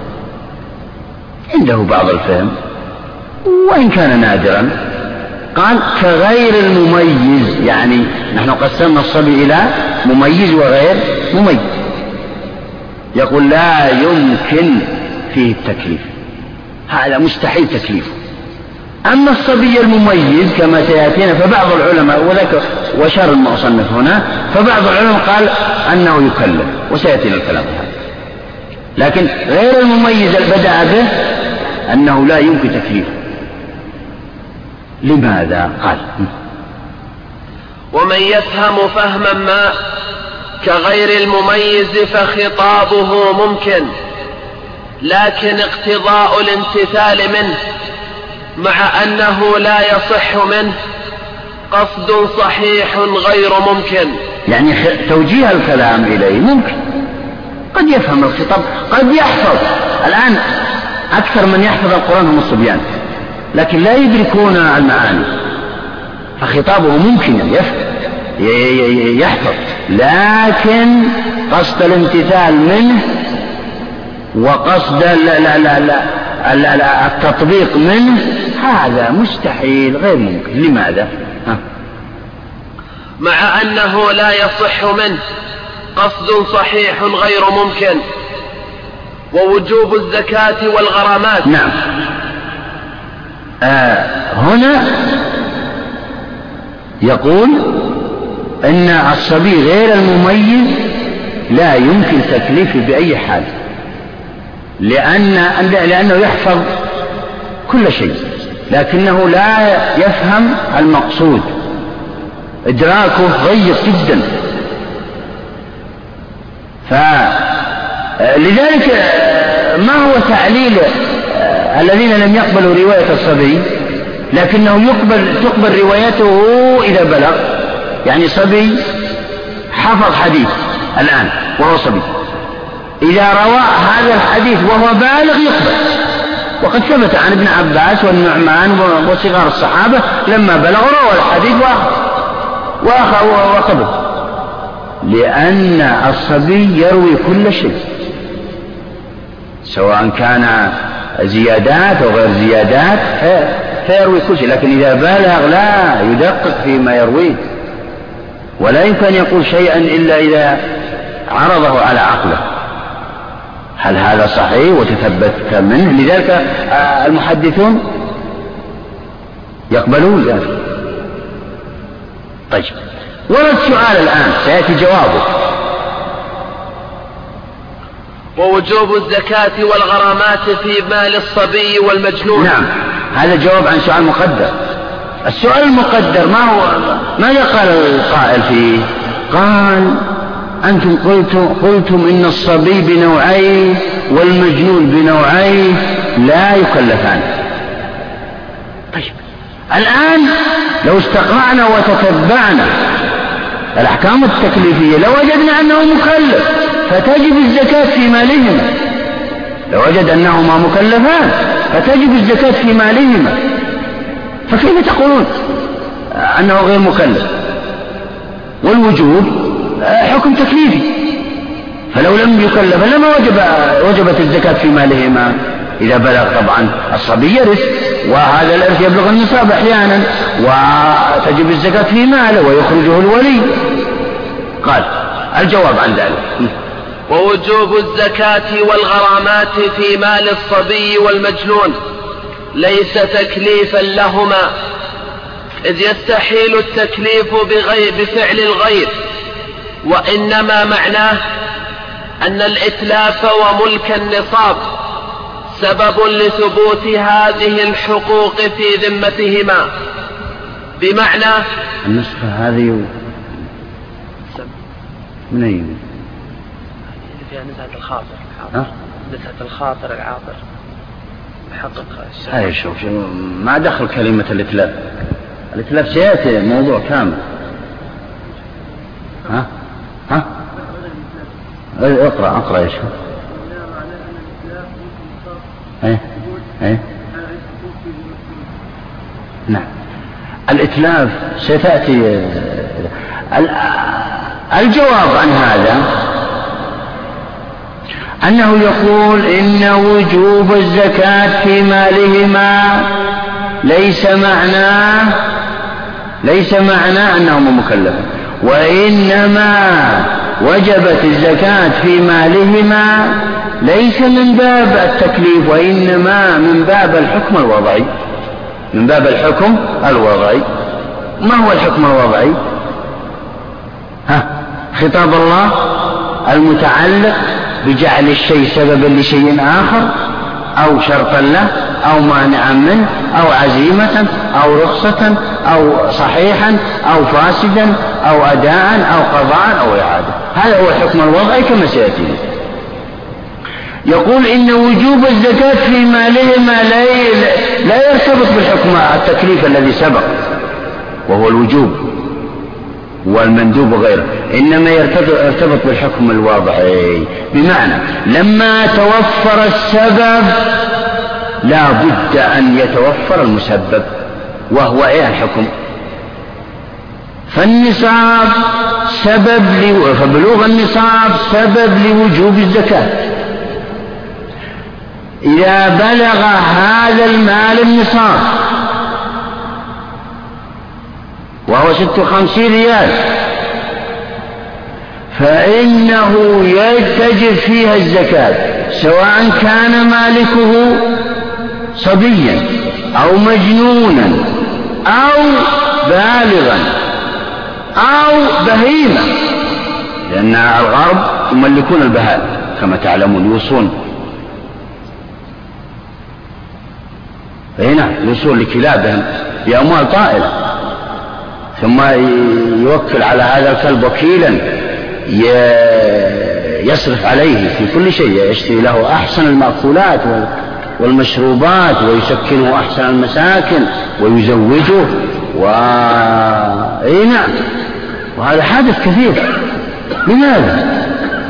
عنده بعض الفهم وإن كان نادرا. قال كغير المميز، يعني نحن قسمنا الصبي إلى مميز وغير مميز، يقول لا يمكن فيه التكليف، هذا مستحيل تكليفه. أما الصبي المميز كما سيأتينا فبعض العلماء وذكر وشار المصنف هنا، فبعض العلماء قال أنه يكلف وسيأتينا الكلام هذا. لكن غير المميز البدأ به أنه لا يمكن تكليفه. لماذا؟ قال ومن يفهم فهما ما كغير المميز فخطابه ممكن، لكن اقتضاء الامتثال منه مع أنه لا يصح منه قصد صحيح غير ممكن. يعني توجيه الكلام إليه ممكن، قد يفهم الخطاب قد يحفظ. الآن أكثر من يحفظ القرآن هم الصبيان، لكن لا يدركون المعاني، فخطابه ممكن يحفظ، لكن قصد الامتثال منه وقصد لا لا لا لا لا لا التطبيق منه هذا مستحيل غير ممكن. لماذا؟ ها. مع أنه لا يصح منه قصد صحيح غير ممكن ووجوب الزكاة والغرامات. نعم. آه هنا يقول إن الصبي غير المميز لا يمكن تكليفه بأي حال، لأن لأنه يحفظ كل شيء لكنه لا يفهم المقصود، إدراكه ضيق جدا. فلذلك ما هو تعليل الذين لم يقبلوا رواية الصبي لكنه يقبل تقبل روايته إذا بلغ؟ يعني صبي حفظ حديث الآن وهو صبي، إذا روى هذا الحديث وهو بالغ يقبل، وقد ثبت عن ابن عباس والنعمان وصغار الصحابة لما بلغوا روى الحديث وأخذ وقبل، لأن الصبي يروي كل شيء سواء كان زيادات أو غير زيادات فيروي كل شيء، لكن إذا بالغ لا يدقق فيما يرويه، ولا يمكن يقول شيئا إلا إذا عرضه على عقله هل هذا صحيح وتثبت منه. لذلك المحدثون يقبلون ذلك. طيب، ورد سؤال الآن سيأتي جوابه: ووجوب الزكاة والغرامات في مال الصبي والمجنون. نعم، هذا جواب عن سؤال مقدر. السؤال المقدر ما هو؟ ماذا قال القائل فيه؟ قال: أنتم قلتم, قلتم إن الصبي بنوعين والمجنون بنوعين لا يكلفان. طيب، الآن لو استقرأنا وتتبعنا الأحكام التكليفية لوجدنا أنه مكلف، فتجب الزكاة في مالهما. لو وجد أنهما مكلفان فتجب الزكاة في مالهما، فكيف تقولون أنه غير مكلف؟ والوجوب حكم تكليفي، فلو لم يكلف لما وجب وجبت الزكاة في مالهما. إذا بلغ طبعا الصبي يرث، وهذا الإرث يبلغ النصاب أحيانا وتجب الزكاة في ماله ويخرجه الولي. قال الجواب عن ذلك: ووجوب الزكاة والغرامات في مال الصبي والمجنون ليس تكليفا لهما، إذ يستحيل التكليف بغير بفعل الغير، وإنما معناه أن الإتلاف وملك النصاب سبب لثبوت هذه الحقوق في ذمتهما، بمعنى النسخة هذه من أي؟ فيها نزهة الخاطر. ها؟ نزهة الخاطر العاطر محقق الشيء. هاي شوف ما دخل كلمة الإتلاف. الإتلاف سيأتي موضوع كامل. ها؟ ها؟ اقرأ اقرأ يا شيخ. ايه ايه نعم، الإتلاف ستأتي. الجواب عن هذا أنه يقول إن وجوب الزكاة في مالهما ليس معناه ليس معناه أنهما مكلفون، وإنما وجبت الزكاة في مالهما ليس من باب التكليف، وإنما من باب الحكم الوضعي. من باب الحكم الوضعي. ما هو الحكم الوضعي؟ ها؟ خطاب الله المتعلق بجعل الشيء سببا لشيء آخر، أو شرطا له، أو مانعا منه، أو عزيمة، أو رخصة، أو صحيحا، أو فاسدا، أو أداء، أو قضاء، أو إعادة. هذا هو الحكم الوضعي كما سيأتي. يقول إن وجوب الزكاة في مالهما لا يرتبط بالحكم التكليف الذي سبق وهو الوجوب والمندوب وغيره، إنما يرتبط بالحكم الوضعي، بمعنى لما توفر السبب لا بد أن يتوفر المسبب، وهو إيه الحكم؟ فالنصاب سبب ل... فبلوغ النصاب سبب لوجوب الزكاة. إذا بلغ هذا المال النصاب وهو ست وخمسين ريال فإنه يتجب فيها الزكاة، سواء كان مالكه صبيا أو مجنونا أو بالغا أو بهيمة، لأن الغرب يملكون البهائم كما تعلمون، يوصون هنا الوصول لكلابهم بأموال طائلة، ثم يوكل على هذا الكلب وكيلا يصرف عليه في كل شيء، يشتري له أحسن المأكولات والمشروبات ويسكنه أحسن المساكن ويزوجه و... إيه نعم، وهذا حادث كثير. لماذا؟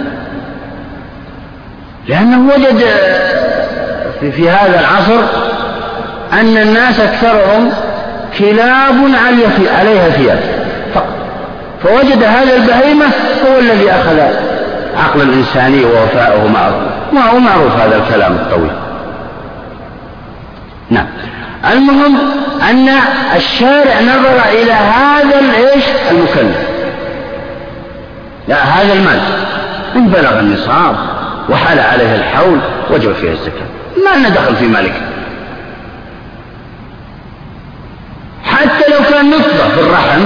لأنه وجد في, في هذا العصر أن الناس أكثرهم كلاب عليها ثياب فقط، فوجد هذا البهيمة هو الذي أخذ عقل الإنساني ووفاءه معه، وهو معروف هذا الكلام الطويل. نعم، المهم أن الشارع نظر إلى هذا الإيش المكلف، لا هذا المال إن بلغ النصاب وحال عليه الحول وجب فيه الزكاة، ما لنا دخل في مالك، حتى لو كان نطفة في الرحم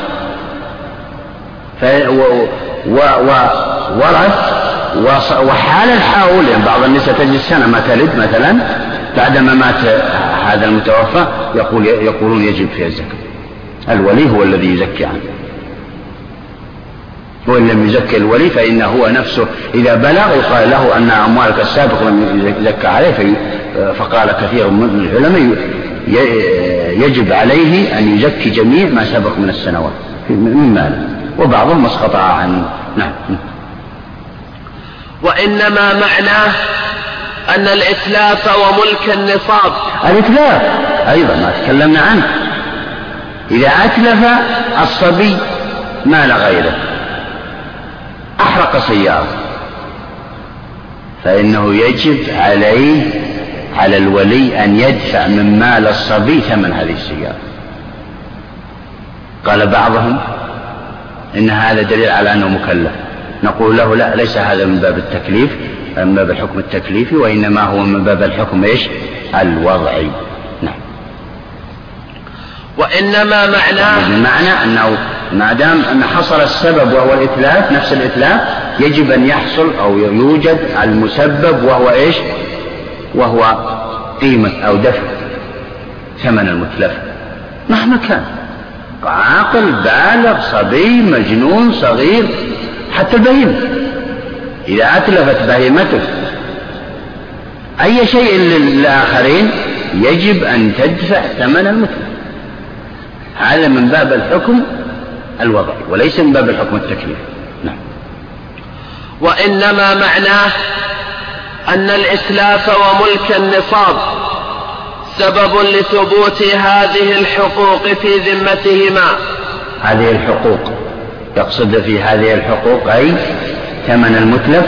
وورث وحال الحول، يعني بعض النساء تجد سنة ما تلد مثلا، بعدما مات هذا المتوفى يقول يقولون يجب فيها الزكاة، الولي هو الذي يزكي عنه، وإن لم يزكي الولي فإنه هو نفسه إذا بلغ يقال له أن أموالك السابق لم يزكى عليه، فقال كثير من العلماء يجب عليه أن يزكي جميع ما سبق من السنوات من ماله، وبعضهم مسقط عنه. نعم. وإنما معناه أن الإتلاف وملك النصاب، الإتلاف أيضا ما تكلمنا عنه، إذا أتلف الصبي مال غيره، أحرق سيارة، فإنه يجب عليه على الولي أن يدفع من مال الصبي ثمن هذه السيارة. قال بعضهم إن هذا دليل على أنه مكلف، نقول له لا، ليس هذا من باب التكليف، من باب الحكم التكليفي، وإنما هو من باب الحكم إيش الوضعي. نعم. وإنما معناه بمعنى أنه ما دام أن حصل السبب وهو الإتلاف، نفس الإتلاف يجب أن يحصل أو يوجد المسبب وهو إيش وهو قيمة أو دفع ثمن المتلف مهما كان، عاقل بالغ صبي مجنون صغير، حتى البهيمة إذا أتلفت بهيمته أي شيء للآخرين يجب أن تدفع ثمن المتلف. هذا من باب الحكم الوضعي وليس من باب الحكم التكليفي. نعم. وإنما معناه أن الإتلاف وملك النصاب سبب لثبوت هذه الحقوق في ذمتهما. هذه الحقوق يقصد في هذه الحقوق أي ثمن المتلف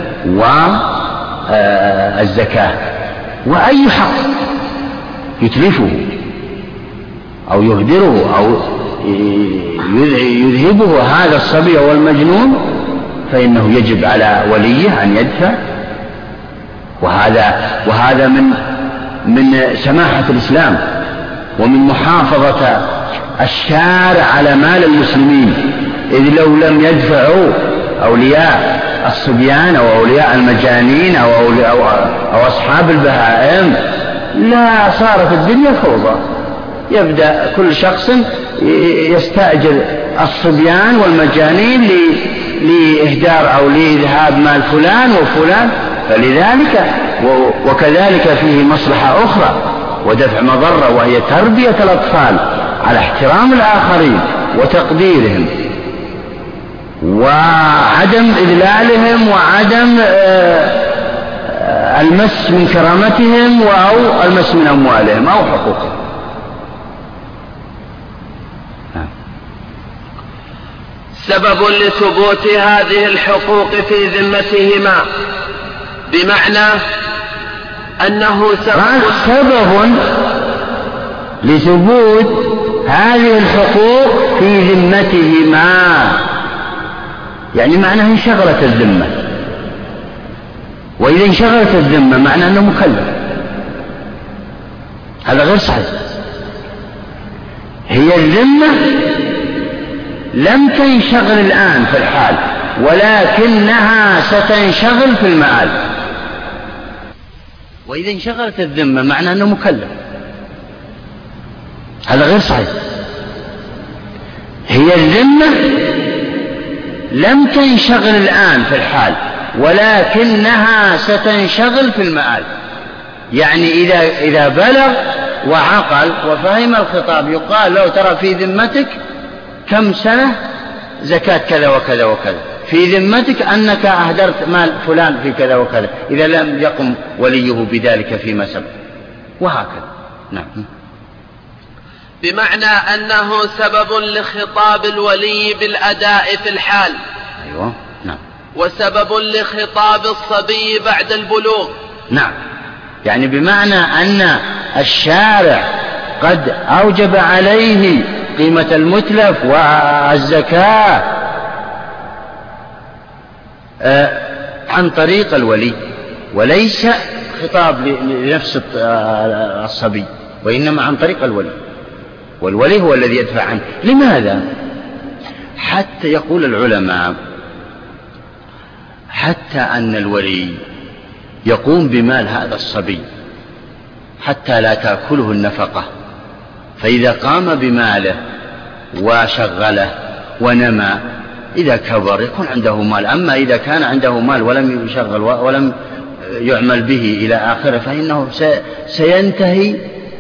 والزكاة، وأي حق يتلفه أو يهدره أو يذهبه هذا الصبي والمجنون فإنه يجب على وليه أن يدفع. وهذا وهذا من من سماحة الإسلام ومن محافظة الشارع على مال المسلمين، إذ لو لم يدفعوا أولياء الصبيان أو أولياء المجانين أو, أو, أو أصحاب البهائم لا صارت الدنيا فوضى. يبدأ كل شخص يستأجر الصبيان والمجانين لإهدار أو لإذهاب مال فلان وفلان، فلذلك وكذلك فيه مصلحة أخرى ودفع مضرة، وهي تربية الأطفال على احترام الآخرين وتقديرهم وعدم إذلالهم وعدم المس من كرامتهم أو المس من أموالهم أو حقوقهم. سبب لثبوت هذه الحقوق في ذمتهما، بمعنى أنه سبب, سبب لثبوت هذه الحقوق في ذمتهما، يعني معناه انشغلت الذمة، وإذا انشغلت الذمة معناه أنه مكلف، هذا غير صحيح. هي الذمة لم تنشغل الآن في الحال، ولكنها ستنشغل في المآل، وإذا انشغلت الذمة معناه أنه مكلف. هذا غير صحيح. هي الذمة لم تنشغل الآن في الحال، ولكنها ستنشغل في المآل. يعني إذا, إذا بلغ وعقل وفهم الخطاب يقال له ترى في ذمتك كم سنة زكاة كذا وكذا وكذا، في ذمتك أنك أهدرت مال فلان في كذا وكذا، إذا لم يقم وليه بذلك فيما سبق، وهكذا. نعم. بمعنى أنه سبب لخطاب الولي بالأداء في الحال. أيوة. نعم. وسبب لخطاب الصبي بعد البلوغ. نعم. يعني بمعنى أن الشارع قد أوجب عليه قيمة المتلف والزكاة عن طريق الولي، وليس خطاب لنفس الصبي، وإنما عن طريق الولي، والولي هو الذي يدفع عنه. لماذا؟ حتى يقول العلماء حتى أن الولي يقوم بمال هذا الصبي حتى لا تأكله النفقة، فإذا قام بماله وشغله ونمى إذا كبر يكون عنده مال. أما إذا كان عنده مال ولم يشغل ولم يعمل به إلى آخره فإنه سينتهي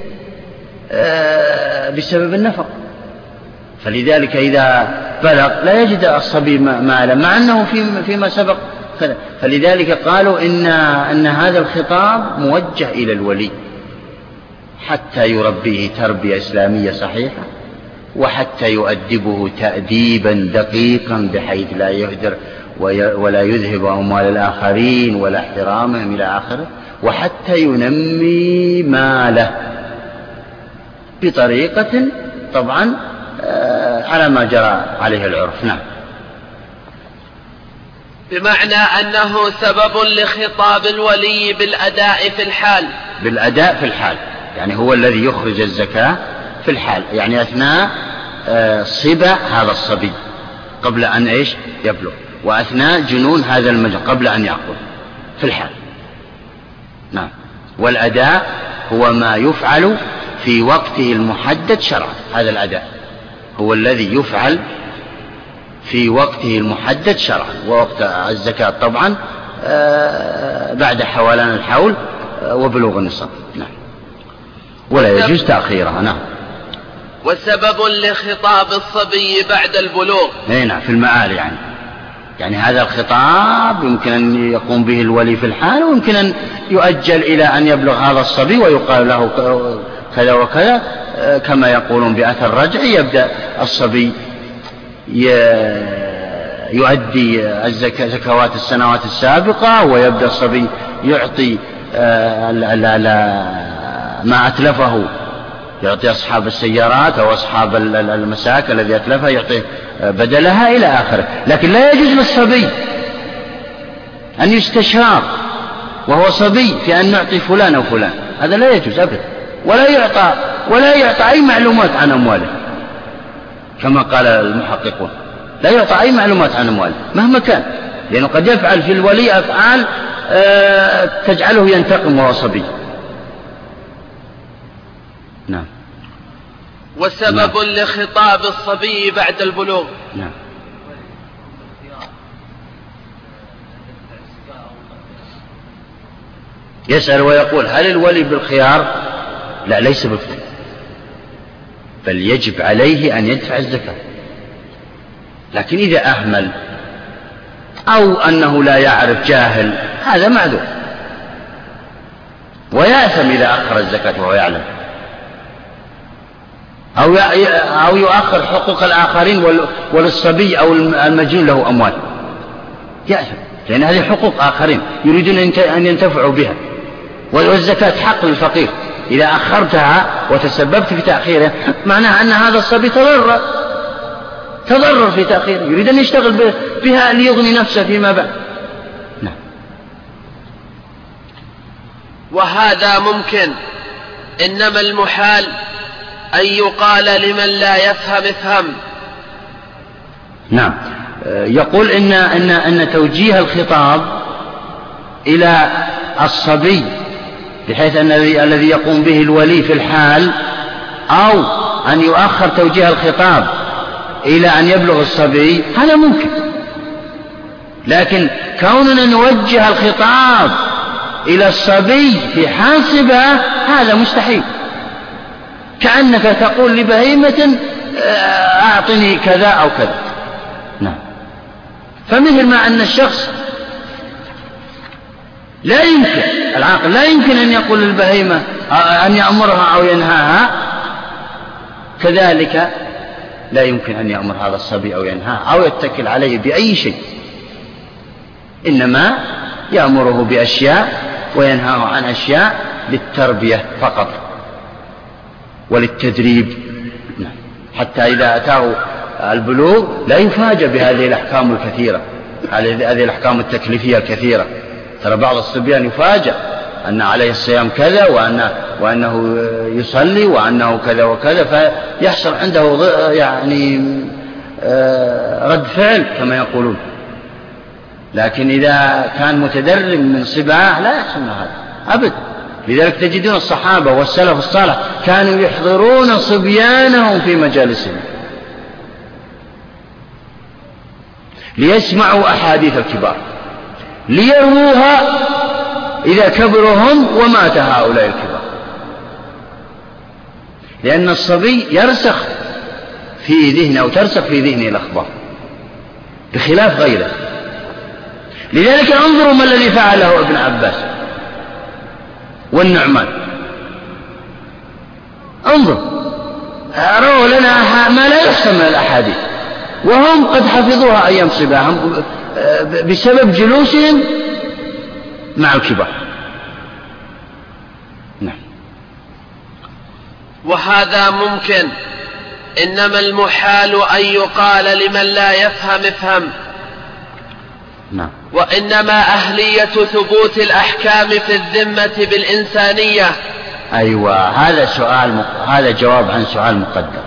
بسبب النفق. فلذلك إذا بلغ لا يجد الصبي مالا مع أنه فيما سبق. فلذلك قالوا إن, إن هذا الخطاب موجه إلى الولي حتى يربيه تربية إسلامية صحيحة، وحتى يؤدبه تأديبا دقيقا بحيث لا يهدر ولا يذهب أموال الآخرين ولا احترامهم إلى آخره، وحتى ينمي ماله بطريقة طبعا على ما جرى عليه العرف. نعم. بمعنى أنه سبب لخطاب الولي بالأداء في الحال. بالأداء في الحال، يعني هو الذي يخرج الزكاة في الحال، يعني أثناء صبا هذا الصبي قبل أن إيش يبلغ، وأثناء جنون هذا المجنون قبل أن يعقل في الحال. نعم. والأداء هو ما يفعل في وقته المحدد شرعا، هذا الأداء هو الذي يفعل في وقته المحدد شرعا، ووقت الزكاة طبعا بعد حولان الحول وبلوغ النصاب. نعم. ولا يجوز تأخيرها. نعم. وسبب لخطاب الصبي بعد البلوغ. نعم. في المآل يعني يعني هذا الخطاب يمكن أن يقوم به الولي في الحال، ويمكن أن يؤجل إلى أن يبلغ هذا الصبي ويقال له كذا وكذا، كما يقولون بأثر رجعي، يبدأ الصبي يؤدي زكوات السنوات السابقة، ويبدأ الصبي يعطي ما أتلفه، يعطي أصحاب السيارات أو أصحاب المساكن الذي أتلفها يعطي بدلها إلى آخره. لكن لا يجوز للصبي أن يستشار وهو صبي في أن نعطي فلان أو فلان، هذا لا يجوز أبدا، ولا يعطى ولا يعطى أي معلومات عن أمواله كما قال المحققون، لا يعطى أي معلومات عن أمواله مهما كان، لأنه قد يفعل في الولي أفعال تجعله ينتقم وهو صبي. نعم. وسبب نعم. لخطاب الصبي بعد البلوغ. نعم. يسأل ويقول هل الولي بالخيار؟ لا، ليس بالخيار، بل يجب عليه أن يدفع الزكاة. لكن إذا أهمل أو أنه لا يعرف جاهل هذا معذور، ويأثم إذا أخر الزكاة وهو يعلم، أو أو يؤخر حقوق الآخرين وللصبي أو المجنون له أموال، يأثم، لأن هذه حقوق آخرين يريدون أن ينتفعوا بها، والزكاة حق للفقير. إذا أخرتها وتسببت في تأخيره معناها أن هذا الصبي تضرر تضرر في تأخيره، يريد أن يشتغل بها ليغني نفسه فيما بعد. نعم. وهذا ممكن، إنما المحال أن يقال لمن لا يفهم افهم. نعم. يقول إن, إن, إن توجيه الخطاب إلى الصبي بحيث أن الذي يقوم به الولي في الحال أو أن يؤخر توجيه الخطاب إلى أن يبلغ الصبي هذا ممكن، لكن كوننا نوجه الخطاب إلى الصبي في حال صباه هذا مستحيل، كأنك تقول لبهيمة أعطني كذا أو كذا. نعم. فمثل ما أن الشخص لا يمكن، العاقل لا يمكن أن يقول للبهيمة أن يأمرها أو ينهاها، كذلك لا يمكن أن يأمر هذا الصبي أو ينهاه أو يتكل عليه بأي شيء، إنما يأمره بأشياء وينهاه عن أشياء للتربية فقط وللتدريب، حتى إذا أتاه البلوغ لا يفاجأ بهذه الأحكام الكثيرة، هذه الأحكام التكليفية الكثيرة. ترى بعض الصبيان يفاجأ أن عليه الصيام كذا وأن وأنه يصلي وأنه كذا وكذا، فيحصل عنده يعني رد فعل كما يقولون. لكن إذا كان متدرب من صباه لا يحصل هذا أبدا. لذلك تجدون الصحابة والسلف الصالح كانوا يحضرون صبيانهم في مجالسهم ليسمعوا أحاديث الكبار ليروها إذا كبروا هم ومات هؤلاء الكبار، لأن الصبي يرسخ في ذهنه أو ترسخ في ذهنه الأخبار بخلاف غيره. لذلك انظروا ما الذي فعله ابن عباس والنعمان، انظر رووا لنا ما لا يحصى من الأحاديث وهم قد حفظوها أيام صباهم بسبب جلوسهم مع الكبار. نعم. وهذا ممكن، إنما المحال أن يقال لمن لا يفهم افهم. نعم. وإنما أهلية ثبوت الأحكام في الذمة بالإنسانية. أيوة، هذا سؤال مق... هذا جواب عن سؤال مقدر.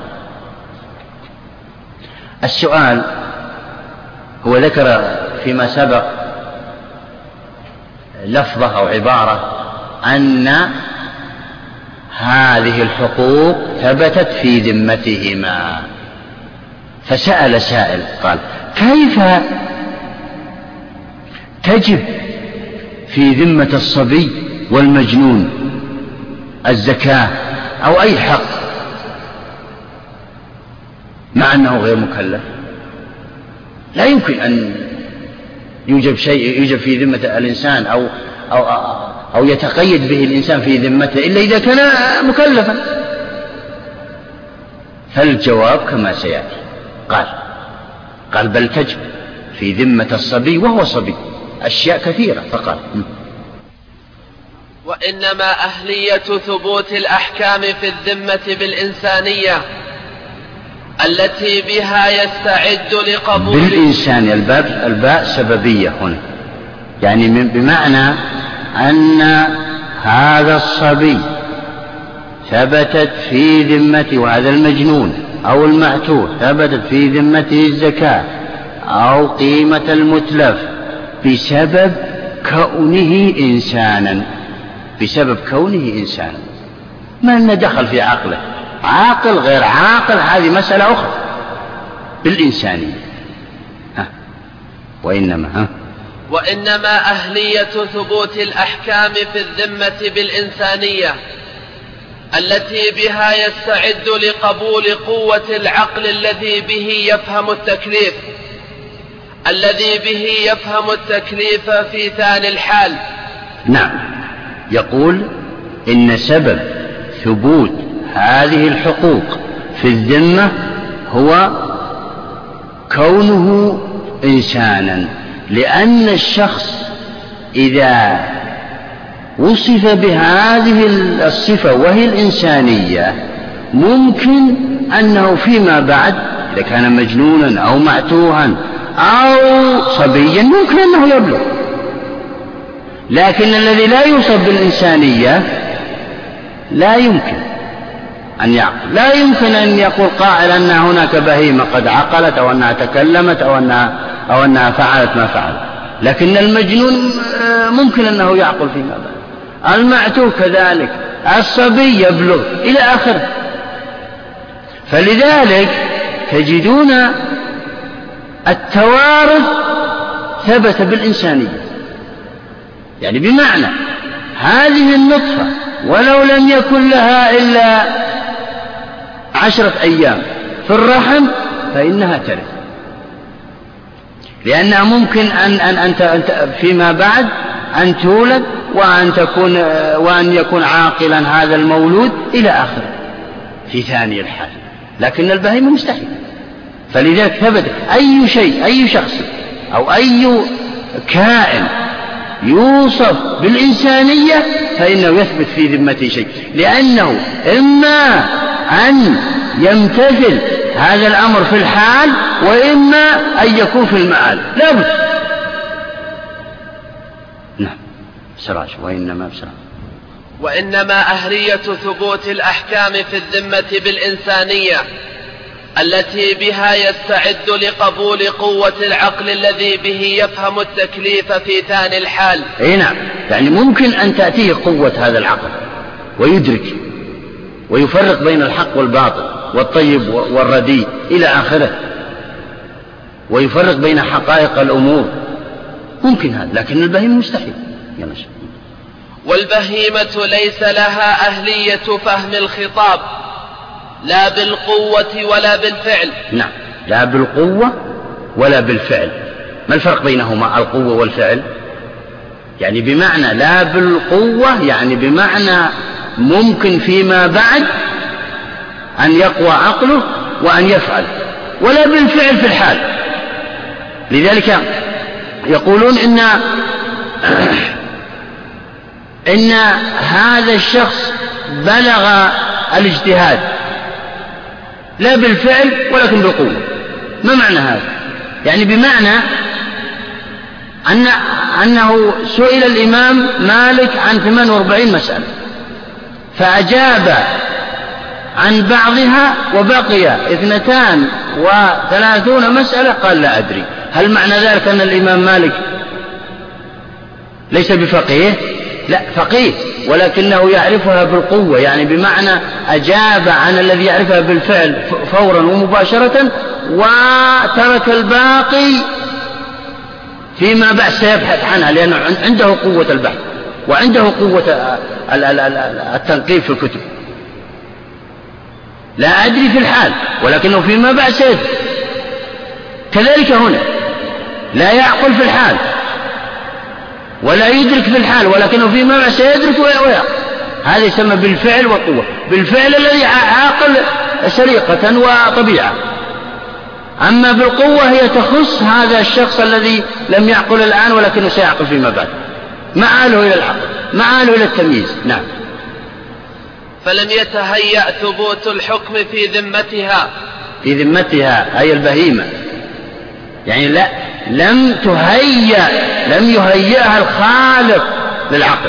السؤال هو ذكر فيما سبق لفظة أو عبارة أن هذه الحقوق ثبتت في ذمتهما، فسأل سائل قال كيف تجب في ذمة الصبي والمجنون الزكاة أو أي حق مع أنه غير مكلف؟ لا يمكن أن يوجب شيء يوجب في ذمة الإنسان أو, أو, أو يتقيد به الإنسان في ذمته إلا إذا كان مكلفا. فالجواب كما سيأتي، قال قال بل تجب في ذمة الصبي وهو صبي أشياء كثيرة، فقال وإنما أهلية ثبوت الأحكام في الذمة بالإنسانية التي بها يستعد لقبول بالإنسان. الباب الباء سببية هنا، يعني بمعنى أن هذا الصبي ثبتت في ذمته، وهذا المجنون أو المعتوه ثبتت في ذمته الزكاة أو قيمة المتلف بسبب كونه إنسانا، بسبب كونه إنسانا، ما أن دخل في عقله، عاقل غير عاقل هذه مسألة أخرى بالإنسانية. ها. وإنما ها وإنما أهلية ثبوت الأحكام في الذمة بالإنسانية التي بها يستعد لقبول قوة العقل الذي به يفهم التكليف الذي به يفهم التكليف في ثاني الحال. نعم. يقول إن سبب ثبوت هذه الحقوق في الذمة هو كونه إنسانا، لأن الشخص إذا وصف بهذه الصفة وهي الإنسانية ممكن أنه فيما بعد إذا كان مجنونا أو معتوها أو صبيا ممكن أنه يبلغ، لكن الذي لا يوصف بالإنسانية لا يمكن أن يعقل. لا يمكن أن يقول قائل أن هناك بهيمة قد عقلت أو أنها تكلمت أو أنها, أو أنها فعلت ما فعلت، لكن المجنون ممكن أنه يعقل فيما بعد، المعتوه كذلك، الصبي يبلغ إلى آخره. فلذلك تجدون التوارث ثبت بالإنسانية، يعني بمعنى هذه النطفة ولو لم يكن لها إلا عشرة أيام في الرحم فإنها ترث، لأنها ممكن أن, أن, أن فيما بعد أن تولد وأن, تكون وأن يكون عاقلا هذا المولود إلى آخره في ثاني الحال، لكن البهيمة مستحيل. فلذلك ثبت أي شيء أي شخص أو أي كائن يوصف بالإنسانية فإنه يثبت في ذمته شيء، لأنه إما أن يمتثل هذا الأمر في الحال وإما أن يكون في المآل، لا بد. نعم سراج. وإنما بسراج وإنما أهلية ثبوت الأحكام في الذمة بالإنسانية التي بها يستعد لقبول قوة العقل الذي به يفهم التكليف في ثاني الحال. أي نعم، يعني ممكن أن تأتيه قوة هذا العقل ويدرك ويفرق بين الحق والباطل والطيب والرديء إلى آخره، ويفرق بين حقائق الأمور، ممكن هذا، لكن البهيمة مستحيل. يا ماشي. والبهيمة ليس لها أهلية فهم الخطاب لا بالقوة ولا بالفعل. نعم، لا بالقوة ولا بالفعل. ما الفرق بينهما القوة والفعل؟ يعني بمعنى لا بالقوة يعني بمعنى ممكن فيما بعد أن يقوى عقله وأن يفعل، ولا بالفعل في الحال. لذلك يقولون إن إن هذا الشخص بلغ الاجتهاد لا بالفعل ولكن بالقوة. ما معنى هذا؟ يعني بمعنى أن أنه سئل الإمام مالك عن ثمان وأربعين مسألة فأجاب عن بعضها وبقي اثنتان وثلاثون مسألة، قال لا أدري. هل معنى ذلك أن الإمام مالك ليس بفقيه؟ لا، فقيه ولكنه يعرفها بالقوة، يعني بمعنى أجاب عن الذي يعرفها بالفعل فورا ومباشرة وترك الباقي فيما بعد سيبحث عنها، لأنه عنده قوة البحث وعنده قوة التنقيب في الكتب. لا أدري في الحال ولكنه فيما بعد سيبحث. كذلك هنا لا يعقل في الحال ولا يدرك في الحال ولكنه فيما بعد سيدرك ويعقل. هذا يسمى بالفعل والقوة. بالفعل الذي عاقل سريقة وطبيعة، أما بالقوة هي تخص هذا الشخص الذي لم يعقل الآن ولكنه سيعقل فيما بعد، مآله إلى العقل، مآله إلى التمييز. نعم. فلم يتهيأ ثبوت الحكم في ذمتها في ذمتها أي البهيمة، يعني لا لم تهيأ لم يهيئها الخالق للعقل،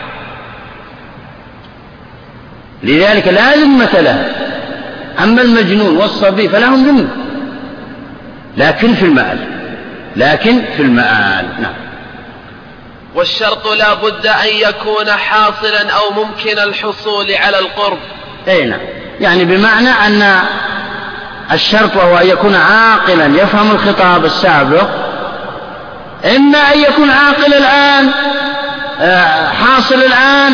لذلك لا ذمة لها. أما المجنون والصبي فلهم ذمة لكن في المآل لكن في المآل. نعم. والشرط لا بد أن يكون حاصلا أو ممكن الحصول على القرب. أي نعم، يعني بمعنى أن الشرط وهو أن يكون عاقلا يفهم الخطاب السابق، إما أن يكون عاقل الآن حاصل الآن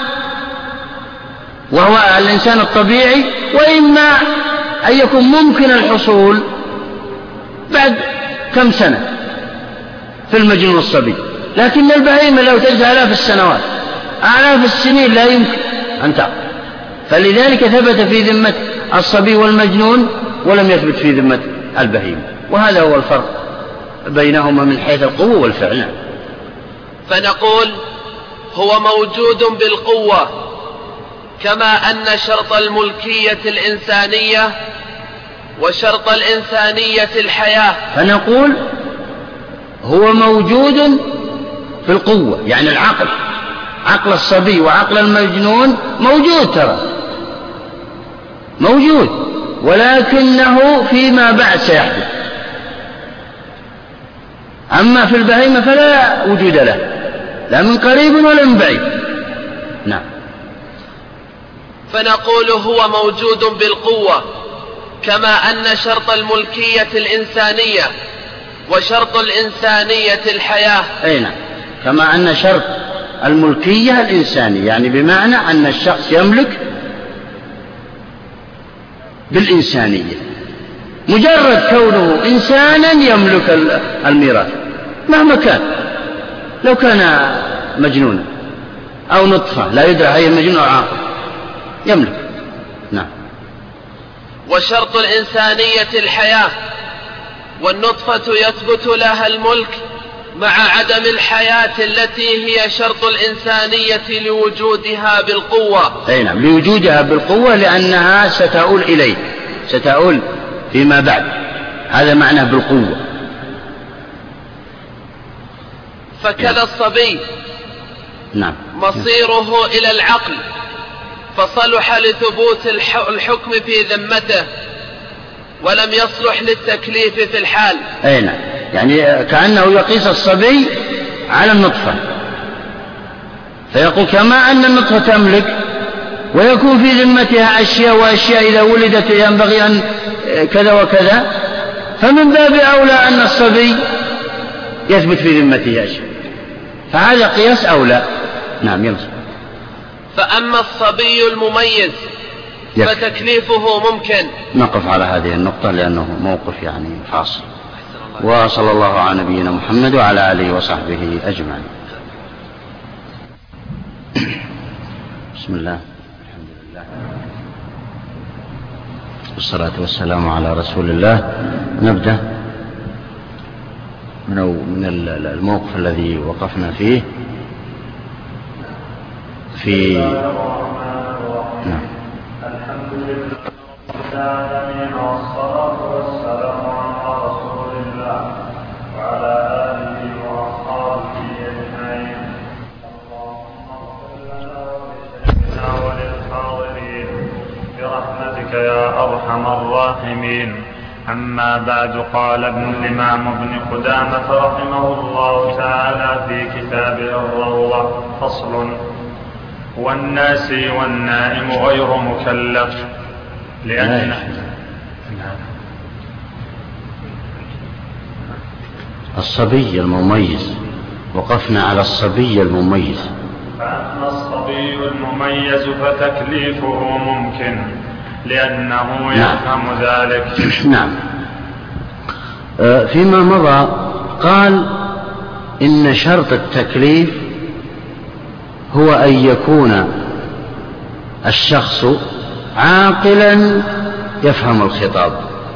وهو الإنسان الطبيعي، وإما أن يكون ممكن الحصول بعد كم سنة في المجنون الصبي. لكن البهيمة لو تجد آلاف السنوات آلاف السنين لا يمكن أن تعقل. فلذلك ثبت في ذمة الصبي والمجنون ولم يثبت في ذمة البهيمة، وهذا هو الفرق بينهما من حيث القوة والفعل. فنقول هو موجود بالقوة كما أن شرط الملكية الإنسانية وشرط الإنسانية الحياة. فنقول هو موجود في القوة، يعني العقل، عقل الصبي وعقل المجنون موجود، ترى موجود، ولكنه فيما بعد سيحدث. أما في البهيمة فلا وجود له لا من قريب ولا من بعيد. نعم. فنقول هو موجود بالقوة كما أن شرط الملكية الإنسانية وشرط الإنسانية الحياة. أي نعم، كما أن شرط الملكية الإنسانية، يعني بمعنى أن الشخص يملك بالإنسانية، مجرد كونه إنسانا يملك الميراث مهما كان، لو كان مجنونا أو نطفة لا يدرى هي مجنون أو عاقل يملك. نعم. وشرط الإنسانية الحياة، والنطفة يثبت لها الملك مع عدم الحياة التي هي شرط الإنسانية لوجودها بالقوة. أي نعم، لوجودها بالقوة، لأنها ستؤول إليه، ستؤول فيما بعد، هذا معنى بالقوة. فكذا الصبي نعم مصيره إلى العقل، فصلح لثبوت الحكم في ذمته ولم يصلح للتكليف في الحال. أي نعم، يعني كأنه يقيس الصبي على النطفة، فيقول كما أن النطفة تملك ويكون في ذمتها أشياء وأشياء إذا ولدت ينبغي أن كذا وكذا، فمن باب أولى أن الصبي يثبت في ذمته أشياء، فهذا قياس أولى. نعم ينصر. فأما الصبي المميز يكفي. فتكليفه ممكن. نقف على هذه النقطة لأنه موقف يعني فاصل. وصلى الله على نبينا محمد وعلى آله وصحبه أجمعين. بسم الله، الحمد لله، والصلاة والسلام على رسول الله. نبدأ من الموقف الذي وقفنا فيه في نعم. الحمد لله رب العالمين، والصلاة والسلام على رسول الله وعلى آله وأصحابه أجمعين. اللهم اغفر لنا ولشيخنا وللحاضرين برحمتك يا أرحم الراحمين. أما بعد، قال ابن الإمام ابن قدامة رحمه الله تعالى في كتابه الروضة: فصل: والناسي والنائم غير مكلف، لأن الصبي المميز، وقفنا على الصبي المميز. فأما الصبي المميز فتكليفه ممكن لأنه يفهم نعم. ذلك. نعم. فيما مضى قال إن شرط التكليف هو أن يكون الشخص عاقلا يفهم الخطاب.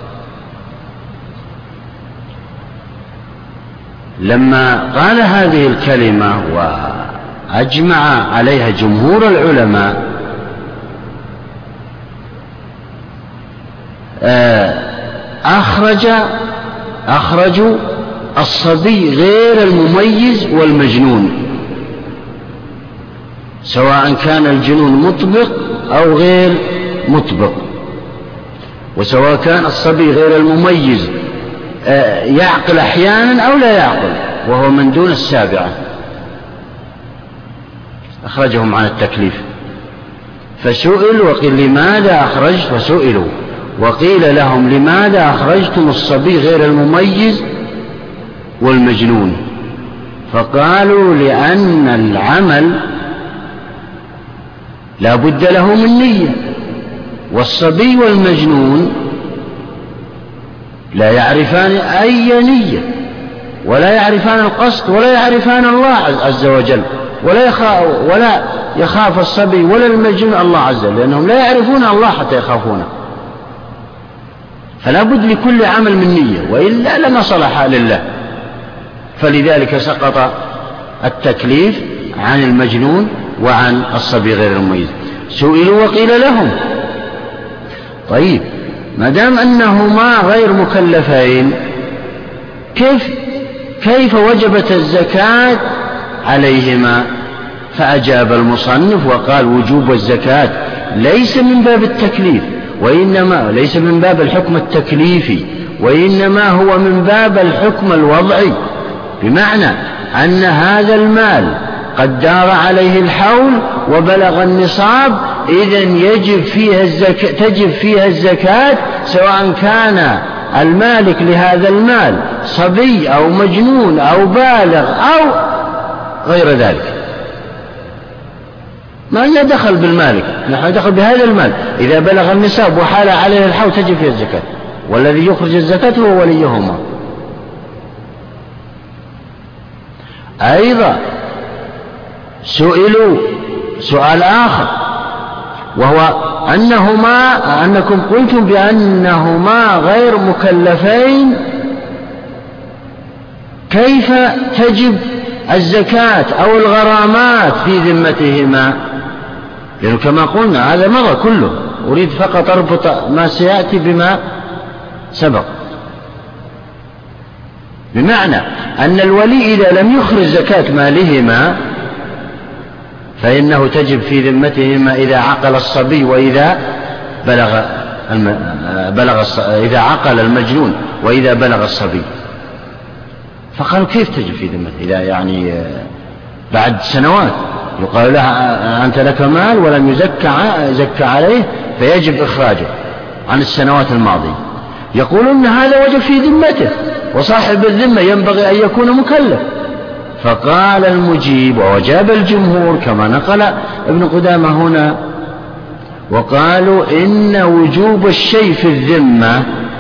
لما قال هذه الكلمة وأجمع عليها جمهور العلماء أخرج أخرجوا الصبي غير المميز والمجنون، سواء كان الجنون مطبق أو غير مطبق، وسواء كان الصبي غير المميز يعقل أحيانا أو لا يعقل وهو من دون السابعة، أخرجهم عن التكليف. فسئل وقيل لماذا أخرجت، فسئلوا وقيل لهم لماذا أخرجتم الصبي غير المميز والمجنون، فقالوا لأن العمل لا بد له من نية، والصبي والمجنون لا يعرفان أي نية ولا يعرفان القصد ولا يعرفان الله عز وجل، ولا يخاف, ولا يخاف الصبي ولا المجنون الله عز وجل، لأنهم لا يعرفون الله حتى يخافونه. فلا بد لكل عمل من نية، وإلا لما صلح لله. فلذلك سقط التكليف عن المجنون وعن الصبي غير المميز. سئلوا وقيل لهم طيب ما دام أنهما غير مكلفين كيف كيف وجبت الزكاة عليهما؟ فأجاب المصنف وقال وجوب الزكاة ليس من باب التكليف، وإنما ليس من باب الحكم التكليفي، وإنما هو من باب الحكم الوضعي، بمعنى أن هذا المال قد دار عليه الحول وبلغ النصاب إذن يجب فيها الزكاة، تجب فيها الزكاة سواء كان المالك لهذا المال صبي أو مجنون أو بالغ أو غير ذلك. ما لنا دخل بالمالك، نحن دخل بهذا المال. إذا بلغ النصاب وحال عليه الحول تجب فيه الزكاة، والذي يخرج الزكاة هو وليهما. أيضا سئلوا سؤال آخر، وهو أنهما أنكم قلتم بأنهما غير مكلفين، كيف تجب الزكاة أو الغرامات في ذمتهما؟ لأنه كما قلنا هذا مضى كله، أريد فقط أربط ما سيأتي بما سبق. بمعنى أن الولي إذا لم يخرج زكاة مالهما فإنه تجب في ذمتهما إذا عقل الصبي وإذا بلغ الم... بلغ الص... إذا عقل المجنون وإذا بلغ الصبي. فقالوا كيف تجب في ذمته إذا يعني بعد سنوات يقال لها أنت لك مال ولم يزكى زكى عليه فيجب إخراجه عن السنوات الماضية. يقولون هذا وجب في ذمته وصاحب الذمة ينبغي أن يكون مكلف. فقال المجيب ووجاب الجمهور كما نقل ابن قدامة هنا، وقالوا إن وجوب الشيء في الذمة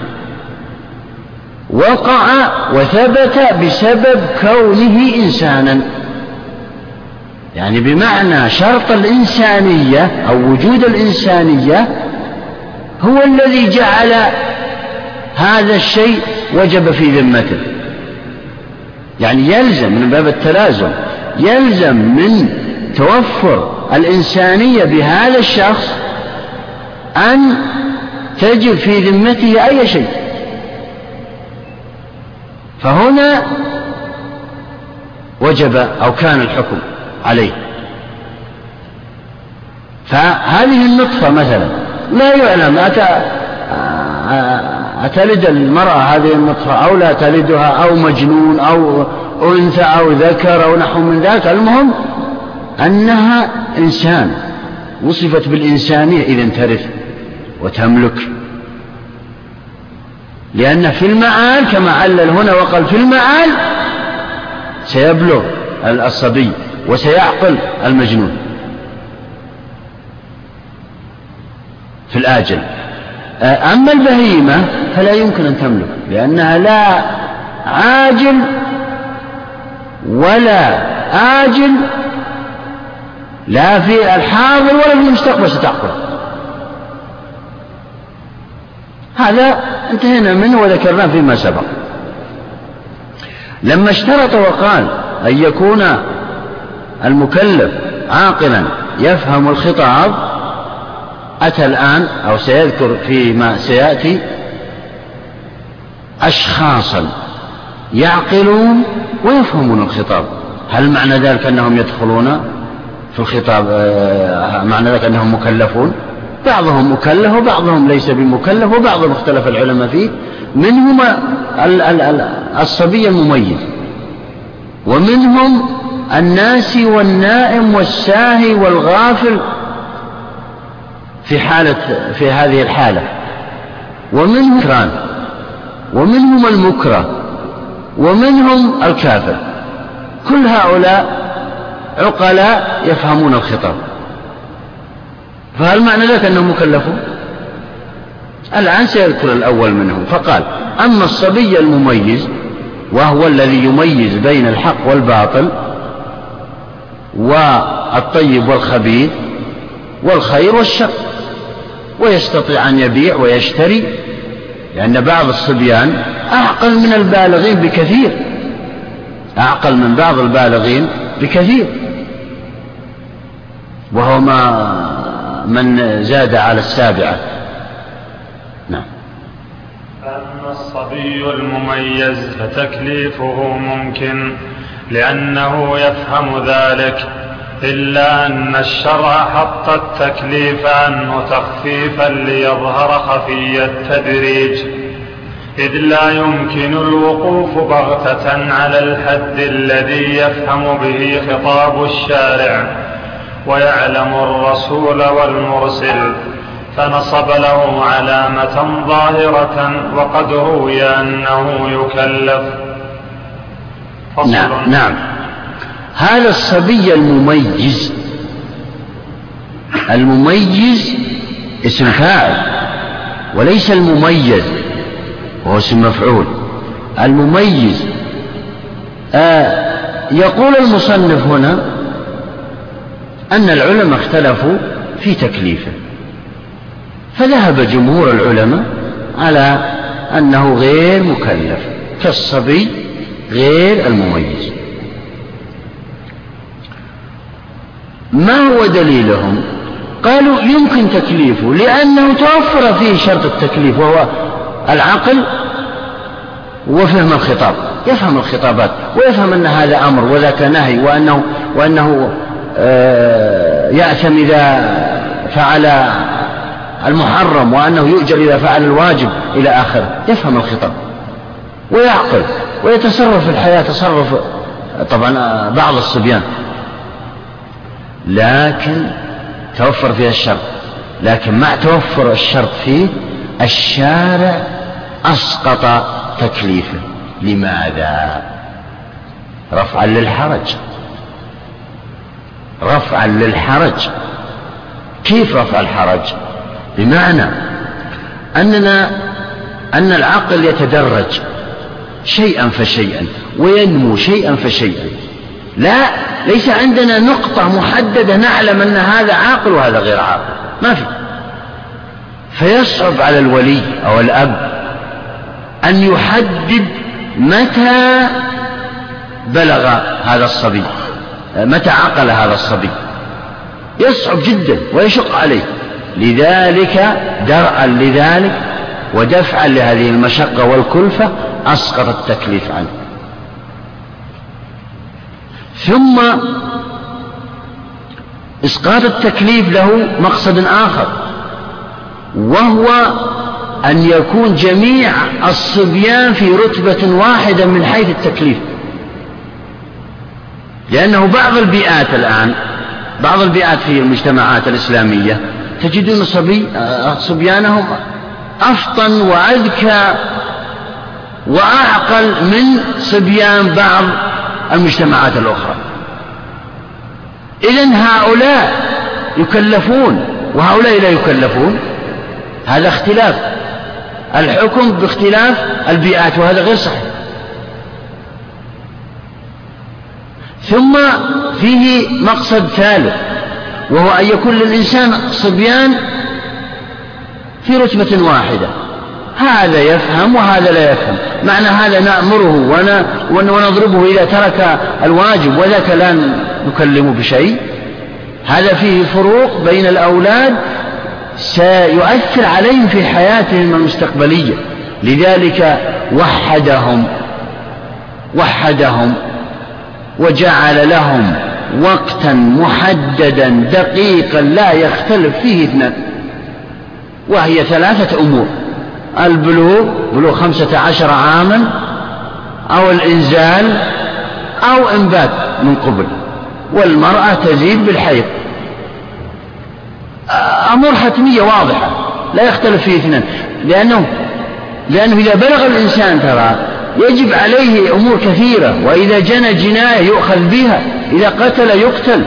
وقع وثبت بسبب كونه إنسانا، يعني بمعنى شرط الإنسانية أو وجود الإنسانية هو الذي جعل هذا الشيء وجب في ذمته. يعني يلزم من باب التلازم، يلزم من توفر الإنسانية بهذا الشخص أن تجب في ذمته أي شيء. فهنا وجب أو كان الحكم عليه. فهذه النطفة مثلا لا يعلم أتى أتلد المرأة هذه النطفة أو لا تلدها، أو مجنون أو أنثى أو ذكر أو نحو من ذلك، المهم أنها إنسان وصفت بالإنسانية إذن ترث وتملك. لأن في المعال كما علل هنا وقال في المعال سيبلغ الصبي وسيعقل المجنون في الآجل. أما البهيمة فلا يمكن أن تملك، لأنها لا عاجل ولا آجل، لا في الحاضر ولا في المستقبل ستعقل. هذا انتهينا منه وذكرناه فيما سبق. لما اشترط وقال أن يكون المكلف عاقلا يفهم الخطاب، أتى الآن أو سيذكر فيما سيأتي أشخاصا يعقلون ويفهمون الخطاب. هل معنى ذلك أنهم يدخلون في الخطاب؟ معنى ذلك أنهم مكلفون؟ بعضهم مكلف وبعضهم ليس بمكلف، وبعضهم اختلف العلماء فيه. منهم الصبي المميز، ومنهم الناسي والنائم والساهي والغافل في حالة في هذه الحالة، ومنهم الكران، ومنهم المكره، ومنهم الكافر. كل هؤلاء عقلاء يفهمون الخطاب. فهل معنى ذلك أنهم مكلفون؟ الآن سيذكر الأول منهم. فقال أما الصبي المميز وهو الذي يميز بين الحق والباطل والطيب والخبيث والخير والشر، ويستطيع أن يبيع ويشتري، لأن بعض الصبيان أعقل من البالغين بكثير، أعقل من بعض البالغين بكثير، وهو ما من زاد على السابعة. نعم. أما الصبي المميز فتكليفه ممكن لأنه يفهم ذلك، إلا أن الشرع حط التكليف عنه تخفيفا ليظهر خفي التدريج، إذ لا يمكن الوقوف بغتة على الحد الذي يفهم به خطاب الشارع، ويعلم الرسول والمرسل، فنصب له علامة ظاهرة، وقد روي أنه يكلف. نعم, نعم هذا الصبي المميز، المميز اسم فاعل وليس المميز وهو اسم مفعول. المميز آه يقول المصنف هنا أن العلماء اختلفوا في تكليفه، فذهب جمهور العلماء على أنه غير مكلف كالصبي غير المميز. ما هو دليلهم؟ قالوا يمكن تكليفه لأنه توفر فيه شرط التكليف وهو العقل وفهم الخطاب، يفهم الخطابات ويفهم أن هذا أمر وذاك نهي، وأنه, وأنه يأثم إذا فعل المحرم، وأنه يؤجر إذا فعل الواجب إلى آخره. يفهم الخطاب ويعقل ويتصرف في الحياة تصرف طبعا بعض الصبيان، لكن توفر فيها الشرط. لكن مع توفر الشرط فيه الشارع أسقط تكليفه. لماذا؟ رفعا للحرج. رفعا للحرج. كيف رفع الحرج؟ بمعنى أننا أن العقل يتدرج شيئا فشيئا وينمو شيئا فشيئا. لا، ليس عندنا نقطة محددة نعلم أن هذا عاقل وهذا غير عاقل، ما في. فيصعب على الولي أو الأب أن يحدد متى بلغ هذا الصبي، متى عقل هذا الصبي، يصعب جدا ويشق عليه. لذلك درءا لذلك ودفعا لهذه المشقة والكلفة أسقط التكليف عنه. ثم إسقاط التكليف له مقصد آخر، وهو أن يكون جميع الصبيان في رتبة واحدة من حيث التكليف. لأنه بعض البيئات الآن، بعض البيئات في المجتمعات الإسلامية تجدون صبي صبيانهم أفطن وأذكى وأعقل من صبيان بعض المجتمعات الأخرى. إذن هؤلاء يكلفون وهؤلاء لا يكلفون. هذا اختلاف الحكم باختلاف البيئات، وهذا غير صحيح. ثم فيه مقصد ثالث، وهو أن يكون للإنسان صبيان في رتبة واحدة، هذا يفهم وهذا لا يفهم. معنى هذا نأمره ونضربه إذا ترك الواجب وذاك لا نكلمه بشيء. هذا فيه فروق بين الأولاد سيؤثر عليهم في حياتهم المستقبلية. لذلك وحدهم وحدهم وجعل لهم وقتا محددا دقيقا لا يختلف فيه اثنان، وهي ثلاثة أمور: البلوغ، بلوغ خمسة عشر عاما، أو الإنزال، أو إنبات من قبل، والمرأة تزيد بالحيض. أمور حتمية واضحة لا يختلف فيه اثنان. لأنه, لأنه إذا بلغ الإنسان ترى يجب عليه أمور كثيرة، وإذا جنى جناية يؤخذ بها، إذا قتل يقتل.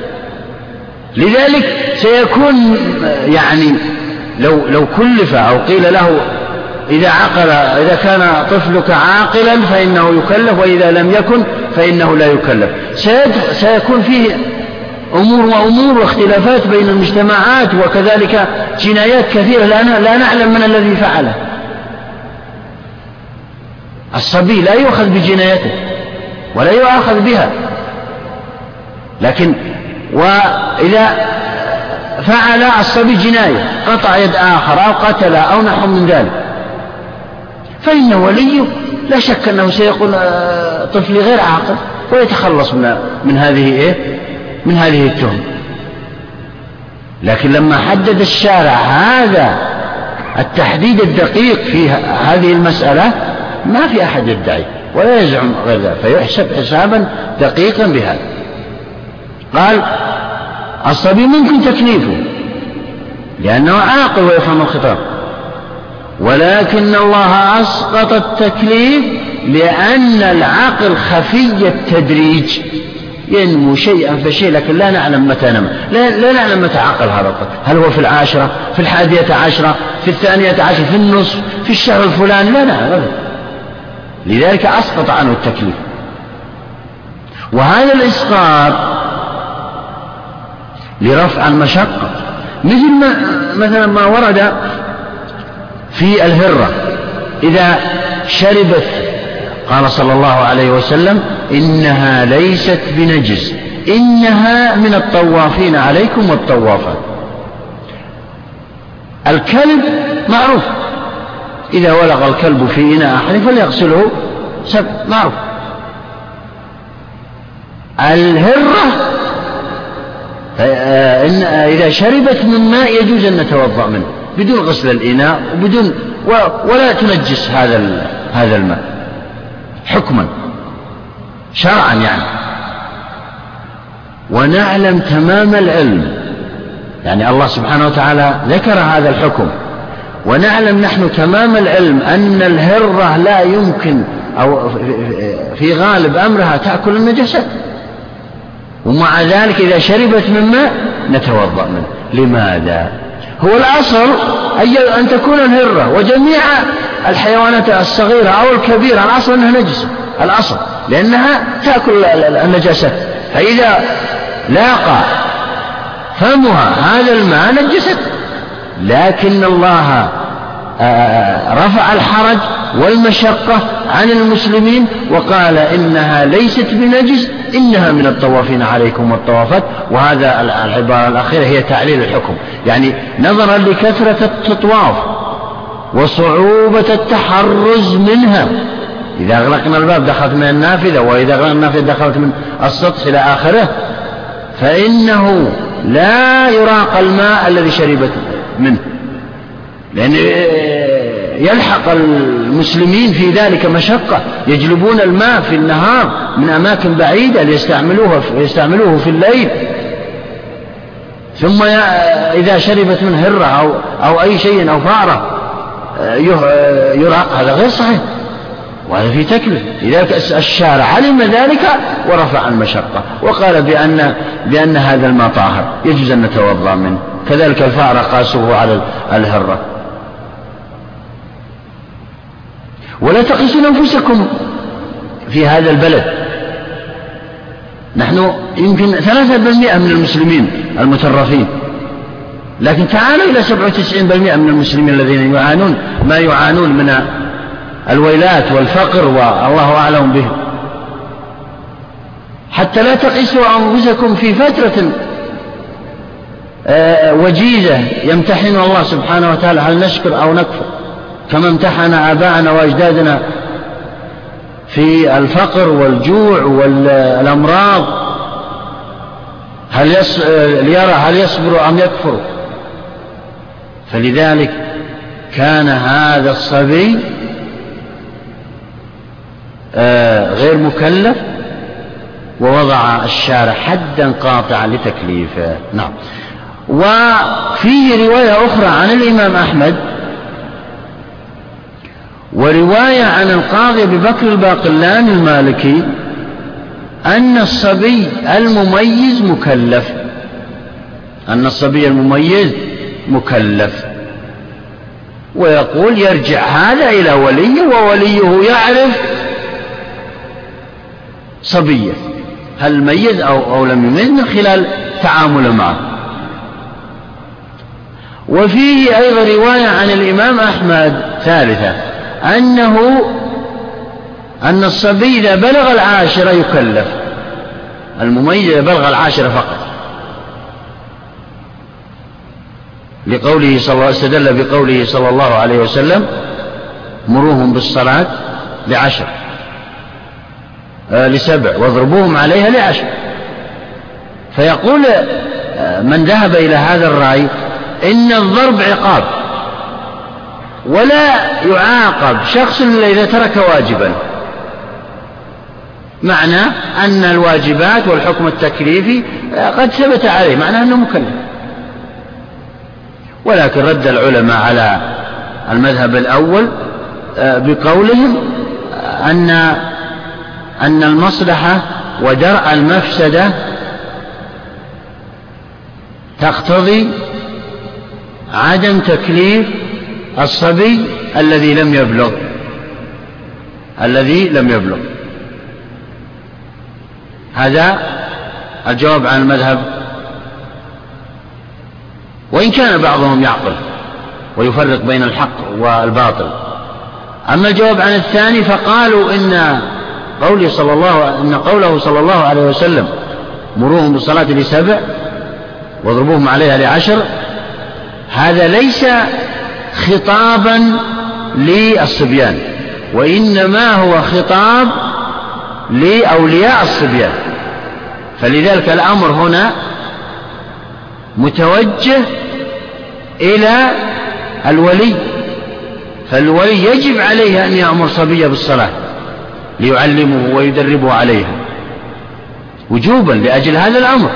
لذلك سيكون يعني لو, لو كلف أو قيل له إذا عقل، إذا كان طفلك عاقلا فإنه يكلف، وإذا لم يكن فإنه لا يكلف، سيكون فيه أمور وأمور واختلافات بين المجتمعات، وكذلك جنايات كثيرة لا نعلم من الذي فعله. الصبي لا يؤخذ بجنايته ولا يؤاخذ بها، لكن وإذا فعل الصبي جناية، قطع يد آخر أو قتل أو نحو من ذلك، فإن وليه لا شك أنه سيقول طفلي غير عاقل ويتخلص من, من هذه إيه؟ من هذه التهم. لكن لما حدد الشارع هذا التحديد الدقيق في هذه المسألة ما في أحد يدعي ولا يزعم غير ذلك، فيحسب حسابا دقيقا بهذا. قال الصبي ممكن تكليفه لأنه عاقل ويفهم الخطاب، ولكن الله أسقط التكليف لأن العقل خفي التدريج، ينمو شيئا فشيء، لكن لا نعلم متى نمو، لا, لا نعلم متى عقل هذا الطفل، هل هو في العاشرة، في الحادية عشرة، في الثانية عشرة، في النصف، في الشهر الفلاني، لا نعلم. لذلك أسقط عنه التكليف. وهذا الإسقاط لرفع المشقة، مثل ما مثلا ما ورد في الهرة إذا شربت، قال صلى الله عليه وسلم: إنها ليست بنجس، إنها من الطوافين عليكم والطوافات. الكلب معروف، إذا ولغ الكلب في إناء أحد فليغسله سبع، معروف. الهرة إذا شربت من ماء يجوز أن نتوضأ منه بدون غسل الإناء وبدون ولا تنجس هذا هذا الماء حكما شرعا يعني. ونعلم تمام العلم، يعني الله سبحانه وتعالى ذكر هذا الحكم، ونعلم نحن تمام العلم أن الهرة لا يمكن أو في غالب أمرها تأكل النجاسات، ومع ذلك إذا شربت من ماء نتوضأ منه. لماذا؟ هو الأصل أن تكون الهرة وجميع الحيوانات الصغيرة أو الكبيرة الأصل أنها نجسة، الأصل لأنها تأكل النجاسات، فإذا لاقى فمها هذا الماء نجست. لكن الله رفع الحرج والمشقة عن المسلمين وقال: إنها ليست بنجس، إنها من الطوافين عليكم والطوافات. وهذا العبارة الأخيرة هي تعليل الحكم، يعني نظرا لكثرة التطواف وصعوبة التحرز منها، إذا أغلقنا الباب دخلت من النافذة، وإذا أغلقنا النافذة دخلت من السطح إلى آخره، فإنه لا يراق الماء الذي شربت منه، لأن يلحق المسلمين في ذلك مشقة، يجلبون الماء في النهار من أماكن بعيدة ليستعملوه يستعملوه في الليل، ثم إذا شربت من هرة أو, أو أي شيء أو فأرة يراق، هذا غير صحيح وهذا في تكلف. لذلك الشارع علم ذلك ورفع المشقة وقال بأن, بأن هذا الماء طاهر يجوز أن نتوضأ منه. كذلك الفأرة قاسوه على الهرة. ولا تقيسون أنفسكم في هذا البلد، نحن يمكن ثلاثة بالمئة من المسلمين المترفين، لكن تعالوا إلى سبعة وتسعين بالمئة من المسلمين الذين يعانون ما يعانون من الويلات والفقر والله أعلم به. حتى لا تقيسوا أنفسكم في فترة وجيزة يمتحن الله سبحانه وتعالى هل نشكر أو نكفر، كما امتحن آباءنا وأجدادنا في الفقر والجوع والأمراض، هل يص... ليرى هل يصبر أم يكفر. فلذلك كان هذا الصبي غير مكلف، ووضع الشارع حدا قاطعا لتكليفه. نعم. وفيه رواية أخرى عن الإمام أحمد ورواية عن القاضي أبي بكر الباقلاني المالكي أن الصبي المميز مكلف، أن الصبي المميز مكلف، ويقول يرجع هذا إلى وليه، ووليه يعرف صبيه هل ميز أو, أو لم يميز من خلال تعامله معه. وفيه أيضا رواية عن الإمام أحمد ثالثة أنه أن الصبي إذا بلغ العاشرة يكلف، المميز إذا بلغ العاشرة فقط، لقوله صلى الله استدل بقوله صلى الله عليه وسلم: مروهم بالصلاة لعشر آه لسبع واضربوهم عليها لعشر. فيقول من ذهب إلى هذا الرأي إن الضرب عقاب، ولا يعاقب شخص إلا إذا ترك واجبا، معنى أن الواجبات والحكم التكليفي قد ثبت عليه معناه أنه مكلف. ولكن رد العلماء على المذهب الأول بقولهم أن أن المصلحة ودرء المفسدة تقتضي عدم تكليف الصبي الذي لم يبلغ الذي لم يبلغ هذا الجواب عن المذهب، وإن كان بعضهم يعقل ويفرق بين الحق والباطل. أما الجواب عن الثاني فقالوا إن قوله صلى الله إن قوله صلى الله عليه وسلم مروهم بالصلاة لسبع واضربوهم عليها لعشر، هذا ليس خطابا للصبيان، وإنما هو خطاب لأولياء الصبيان. فلذلك الأمر هنا متوجه إلى الولي، فالولي يجب عليه أن يأمر صبيه بالصلاة ليعلمه ويدربه عليها وجوبا لأجل هذا الأمر.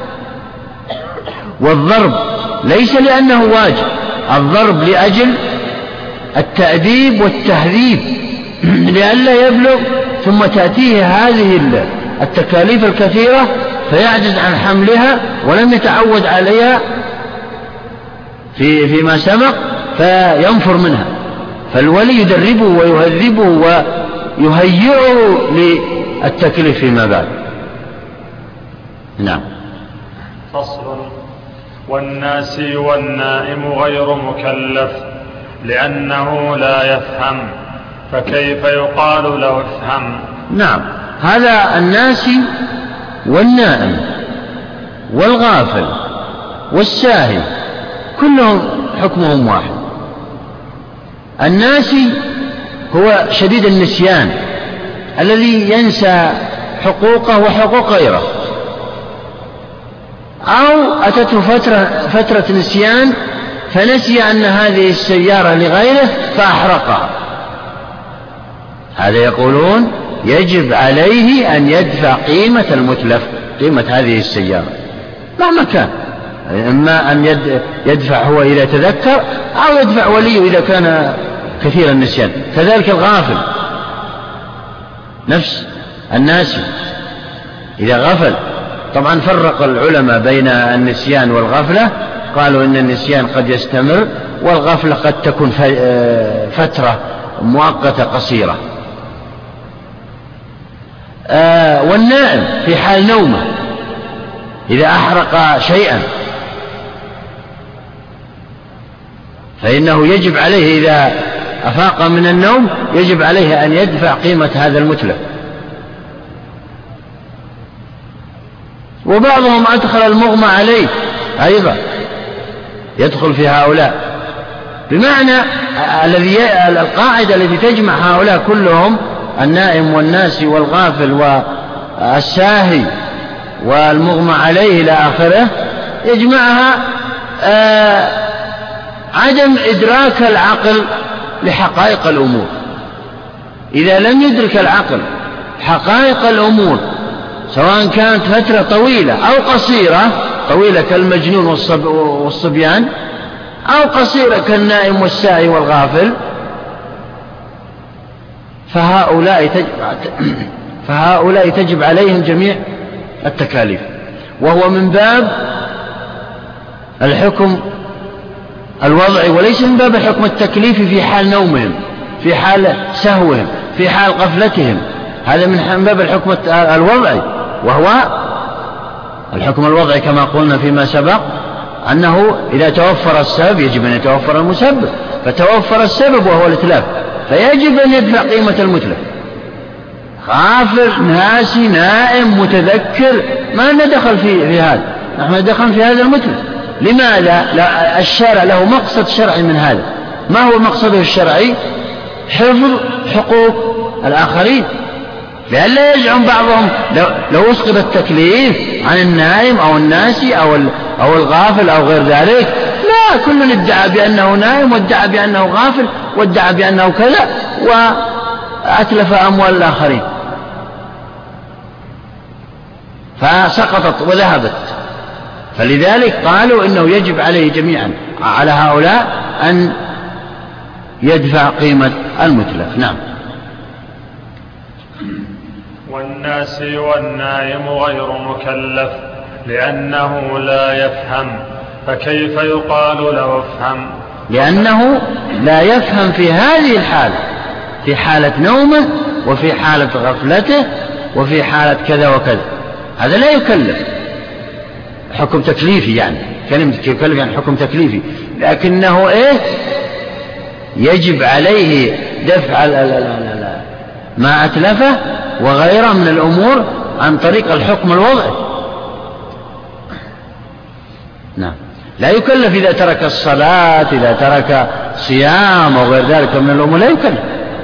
والضرب ليس لأنه واجب، الضرب لأجل التأديب والتهذيب لئلا يبلغ ثم تأتيه هذه التكاليف الكثيرة فيعجز عن حملها ولم يتعود عليها في فيما سبق فينفر منها، فالولي يدربه ويهذبه ويهيئه للتكليف فيما بعد. نعم. فصل. والناس والنائم غير مكلف لأنه لا يفهم، فكيف يقال له افهم؟ نعم، هذا الناس والنائم والغافل والساهي كلهم حكمهم واحد. الناس هو شديد النسيان الذي ينسى حقوقه وحقوق غيره، أو أتته فترة, فترة نسيان فنسي أن هذه السيارة لغيره فأحرقها، هذا يقولون يجب عليه أن يدفع قيمة المتلف، قيمة هذه السيارة مهما كان، إما أن يدفع هو إذا تذكر أو يدفع وليه إذا كان كثير النسيان. كذلك الغافل نفس الناس إذا غفل. طبعا فرق العلماء بين النسيان والغفلة، قالوا إن النسيان قد يستمر والغفلة قد تكون فترة مؤقتة قصيرة. والنائم في حال نومه إذا أحرق شيئا فإنه يجب عليه إذا أفاق من النوم يجب عليه أن يدفع قيمة هذا المتلف. وبعضهم أدخل المغمى عليه أيضا يدخل في هؤلاء، بمعنى الذي القاعدة التي تجمع هؤلاء كلهم النائم والناس والغافل والساهي والمغمى عليه إلى آخره يجمعها آه عدم إدراك العقل لحقائق الأمور. إذا لم يدرك العقل حقائق الأمور سواء كانت فترة طويلة أو قصيرة، طويلة كالمجنون والصب والصبيان أو قصيرة كالنائم والساهي والغافل، فهؤلاء تجب, فهؤلاء تجب عليهم جميع التكاليف، وهو من باب الحكم الوضعي وليس من باب الحكم التكليفي في حال نومهم، في حال سهوهم، في حال غفلتهم، هذا من باب الحكم الوضعي. وهو الحكم الوضعي كما قلنا فيما سبق أنه إذا توفر السبب يجب أن يتوفر المسبب، فتوفر السبب وهو الإتلاف فيجب أن يدفع قيمة المتلف. غافل ناسي نائم متذكر ما لنا دخل في, في هذا، نحن دخل في هذا المتلف. لماذا؟ لا، الشارع له مقصد شرعي من هذا. ما هو مقصده الشرعي؟ حفظ حقوق الآخرين، لئلا يزعم بعضهم لو, لو أسقط التكليف عن النائم أو الناسي أو, أو الغافل أو غير ذلك، لا، كل ادعى بأنه نائم وادعى بأنه غافل وادعى بأنه كذا وأتلف أموال الآخرين. فسقطت وذهبت. فلذلك قالوا إنه يجب عليه جميعا على هؤلاء أن يدفع قيمة المتلف. نعم. والناس والنائم غير مكلف لأنه لا يفهم، فكيف يقال له افهم؟ لأنه لا يفهم في هذه الحالة، في حالة نومه وفي حالة غفلته وفي حالة كذا وكذا، هذا لا يكلف حكم تكليفي، يعني كلمة يكلف يعني حكم تكليفي، لكنه إيه يجب عليه دفع لا لا لا لا ما أتلفه وغيره من الأمور عن طريق الحكم الوضعي. نعم. لا يكلف إذا ترك الصلاة، إذا ترك صيام وغير ذلك من الأمور لا يكلف،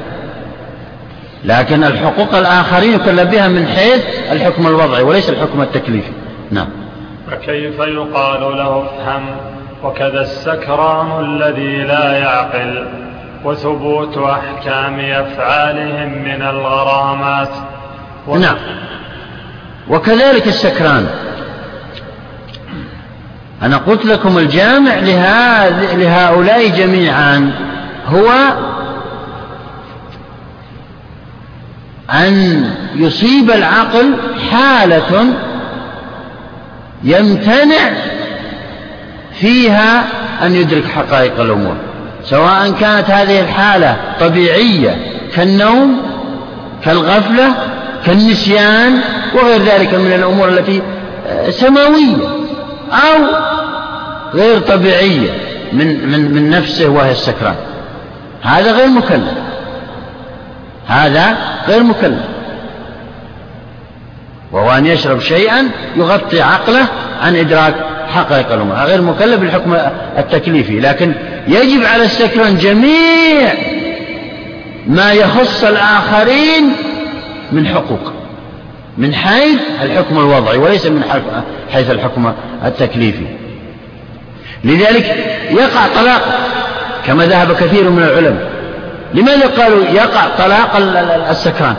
لكن الحقوق الآخرين يكلف بها من حيث الحكم الوضعي وليس الحكم التكليفي. نعم. فكيف يقال له افهم؟ وكذا السكران الذي لا يعقل، وثبوت أحكام أفعالهم من الغرامات. و... نعم. وكذلك السكران، أنا قلت لكم الجامع لهؤلاء جميعا هو أن يصيب العقل حالة يمتنع فيها أن يدرك حقائق الأمور، سواء كانت هذه الحالة طبيعية كالنوم كالغفلة كالنسيان وغير ذلك من الأمور التي سماوية، أو غير طبيعية من, من, من نفسه وهي السكران، هذا غير مكلف، هذا غير مكلف، وهو أن يشرب شيئا يغطي عقله عن إدراك حقائق الأمور، غير مكلف بالحكم التكليفي. لكن يجب على السكران جميع ما يخص الآخرين من حقوق من حيث الحكم الوضعي وليس من حيث الحكم التكليفي. لذلك يقع طلاق كما ذهب كثير من العلماء. لماذا قالوا يقع طلاق السكران؟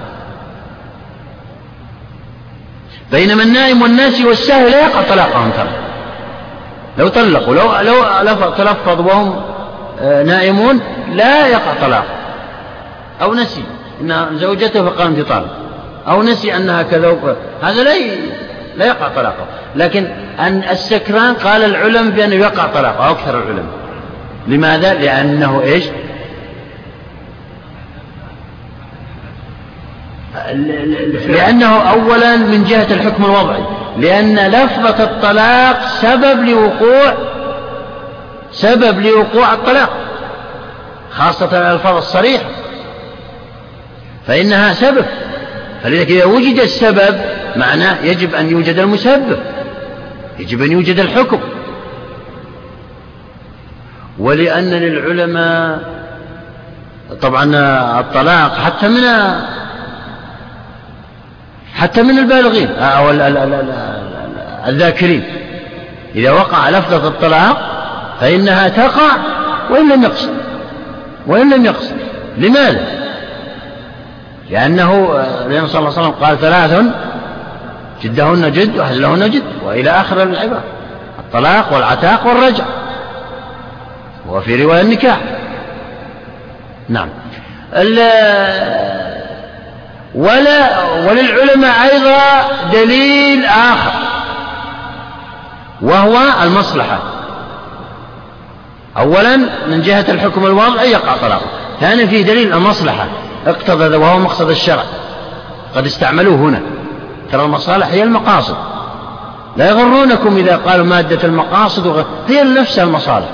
بينما النائم والناسي والساهي لا يقع طلاقهم ترى، لو طلقوا لو لو تلفظ وهم نائمون لا يقع طلاق، أو نسي إن زوجته فقام في طلاق، أو نسي أنها كذا، هذا لا لا يقع طلاقه. لكن أن السكران قال العلماء بأنه يقع طلاقه، أو أكثر العلماء. لماذا؟ لأنه إيش؟ لأنه أولا من جهة الحكم الوضعي، لأن لفظة الطلاق سبب لوقوع سبب لوقوع الطلاق، خاصة الألفاظ الصريحة فإنها سبب. فلذلك إذا وجد السبب معناه يجب أن يوجد المسبب، يجب أن يوجد الحكم. ولأن للعلماء طبعا الطلاق حتى من حتى من البالغين أو الذاكرين، إذا وقع لفظة الطلاق فإنها تقع وإن لم يقصد وإن لم يقصد. لماذا؟ لأنه النبي صلى الله عليه وسلم قال ثلاث جدهن جد وهزلهن جد، وإلى آخر العبارة: الطلاق والعتاق والرجع، وفي رواية النكاح. نعم. ولا وللعلماء أيضا دليل آخر وهو المصلحة. أولا من جهة الحكم الوضعي يقع طلاقه، ثانيا فيه دليل المصلحة اقتضى، وهو مقصد الشرع قد استعملوه هنا. ترى المصالح هي المقاصد، لا يغرونكم إذا قالوا مادة المقاصد، هي نفسها المصالح،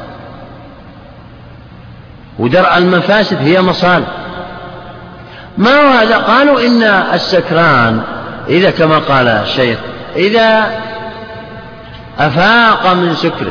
ودرء المفاسد هي مصالح. ما هو هذا؟ قالوا إن السكران إذا كما قال الشيخ إذا أفاق من سكره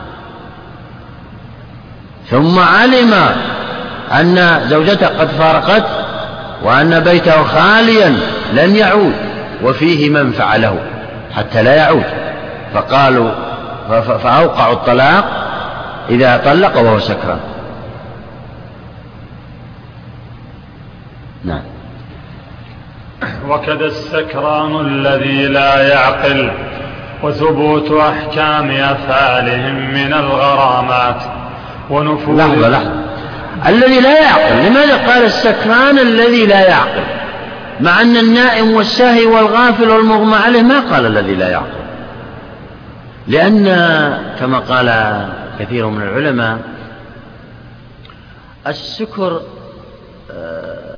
ثم علم أن زوجته قد فارقت وأن بيته خاليا لن يعود وفيه منفعة له حتى لا يعود، فقالوا فأوقعوا الطلاق إذا طلق وهو سكران. نعم. وكذا السكران الذي لا يعقل وثبوت أحكام أفعالهم من الغرامات ونفوذ. لحظة لحظة، الذي لا يعقل، لماذا قال السكران الذي لا يعقل مع أن النائم والساهي والغافل والمغمى عليه ما قال الذي لا يعقل؟ لأن كما قال كثير من العلماء السكر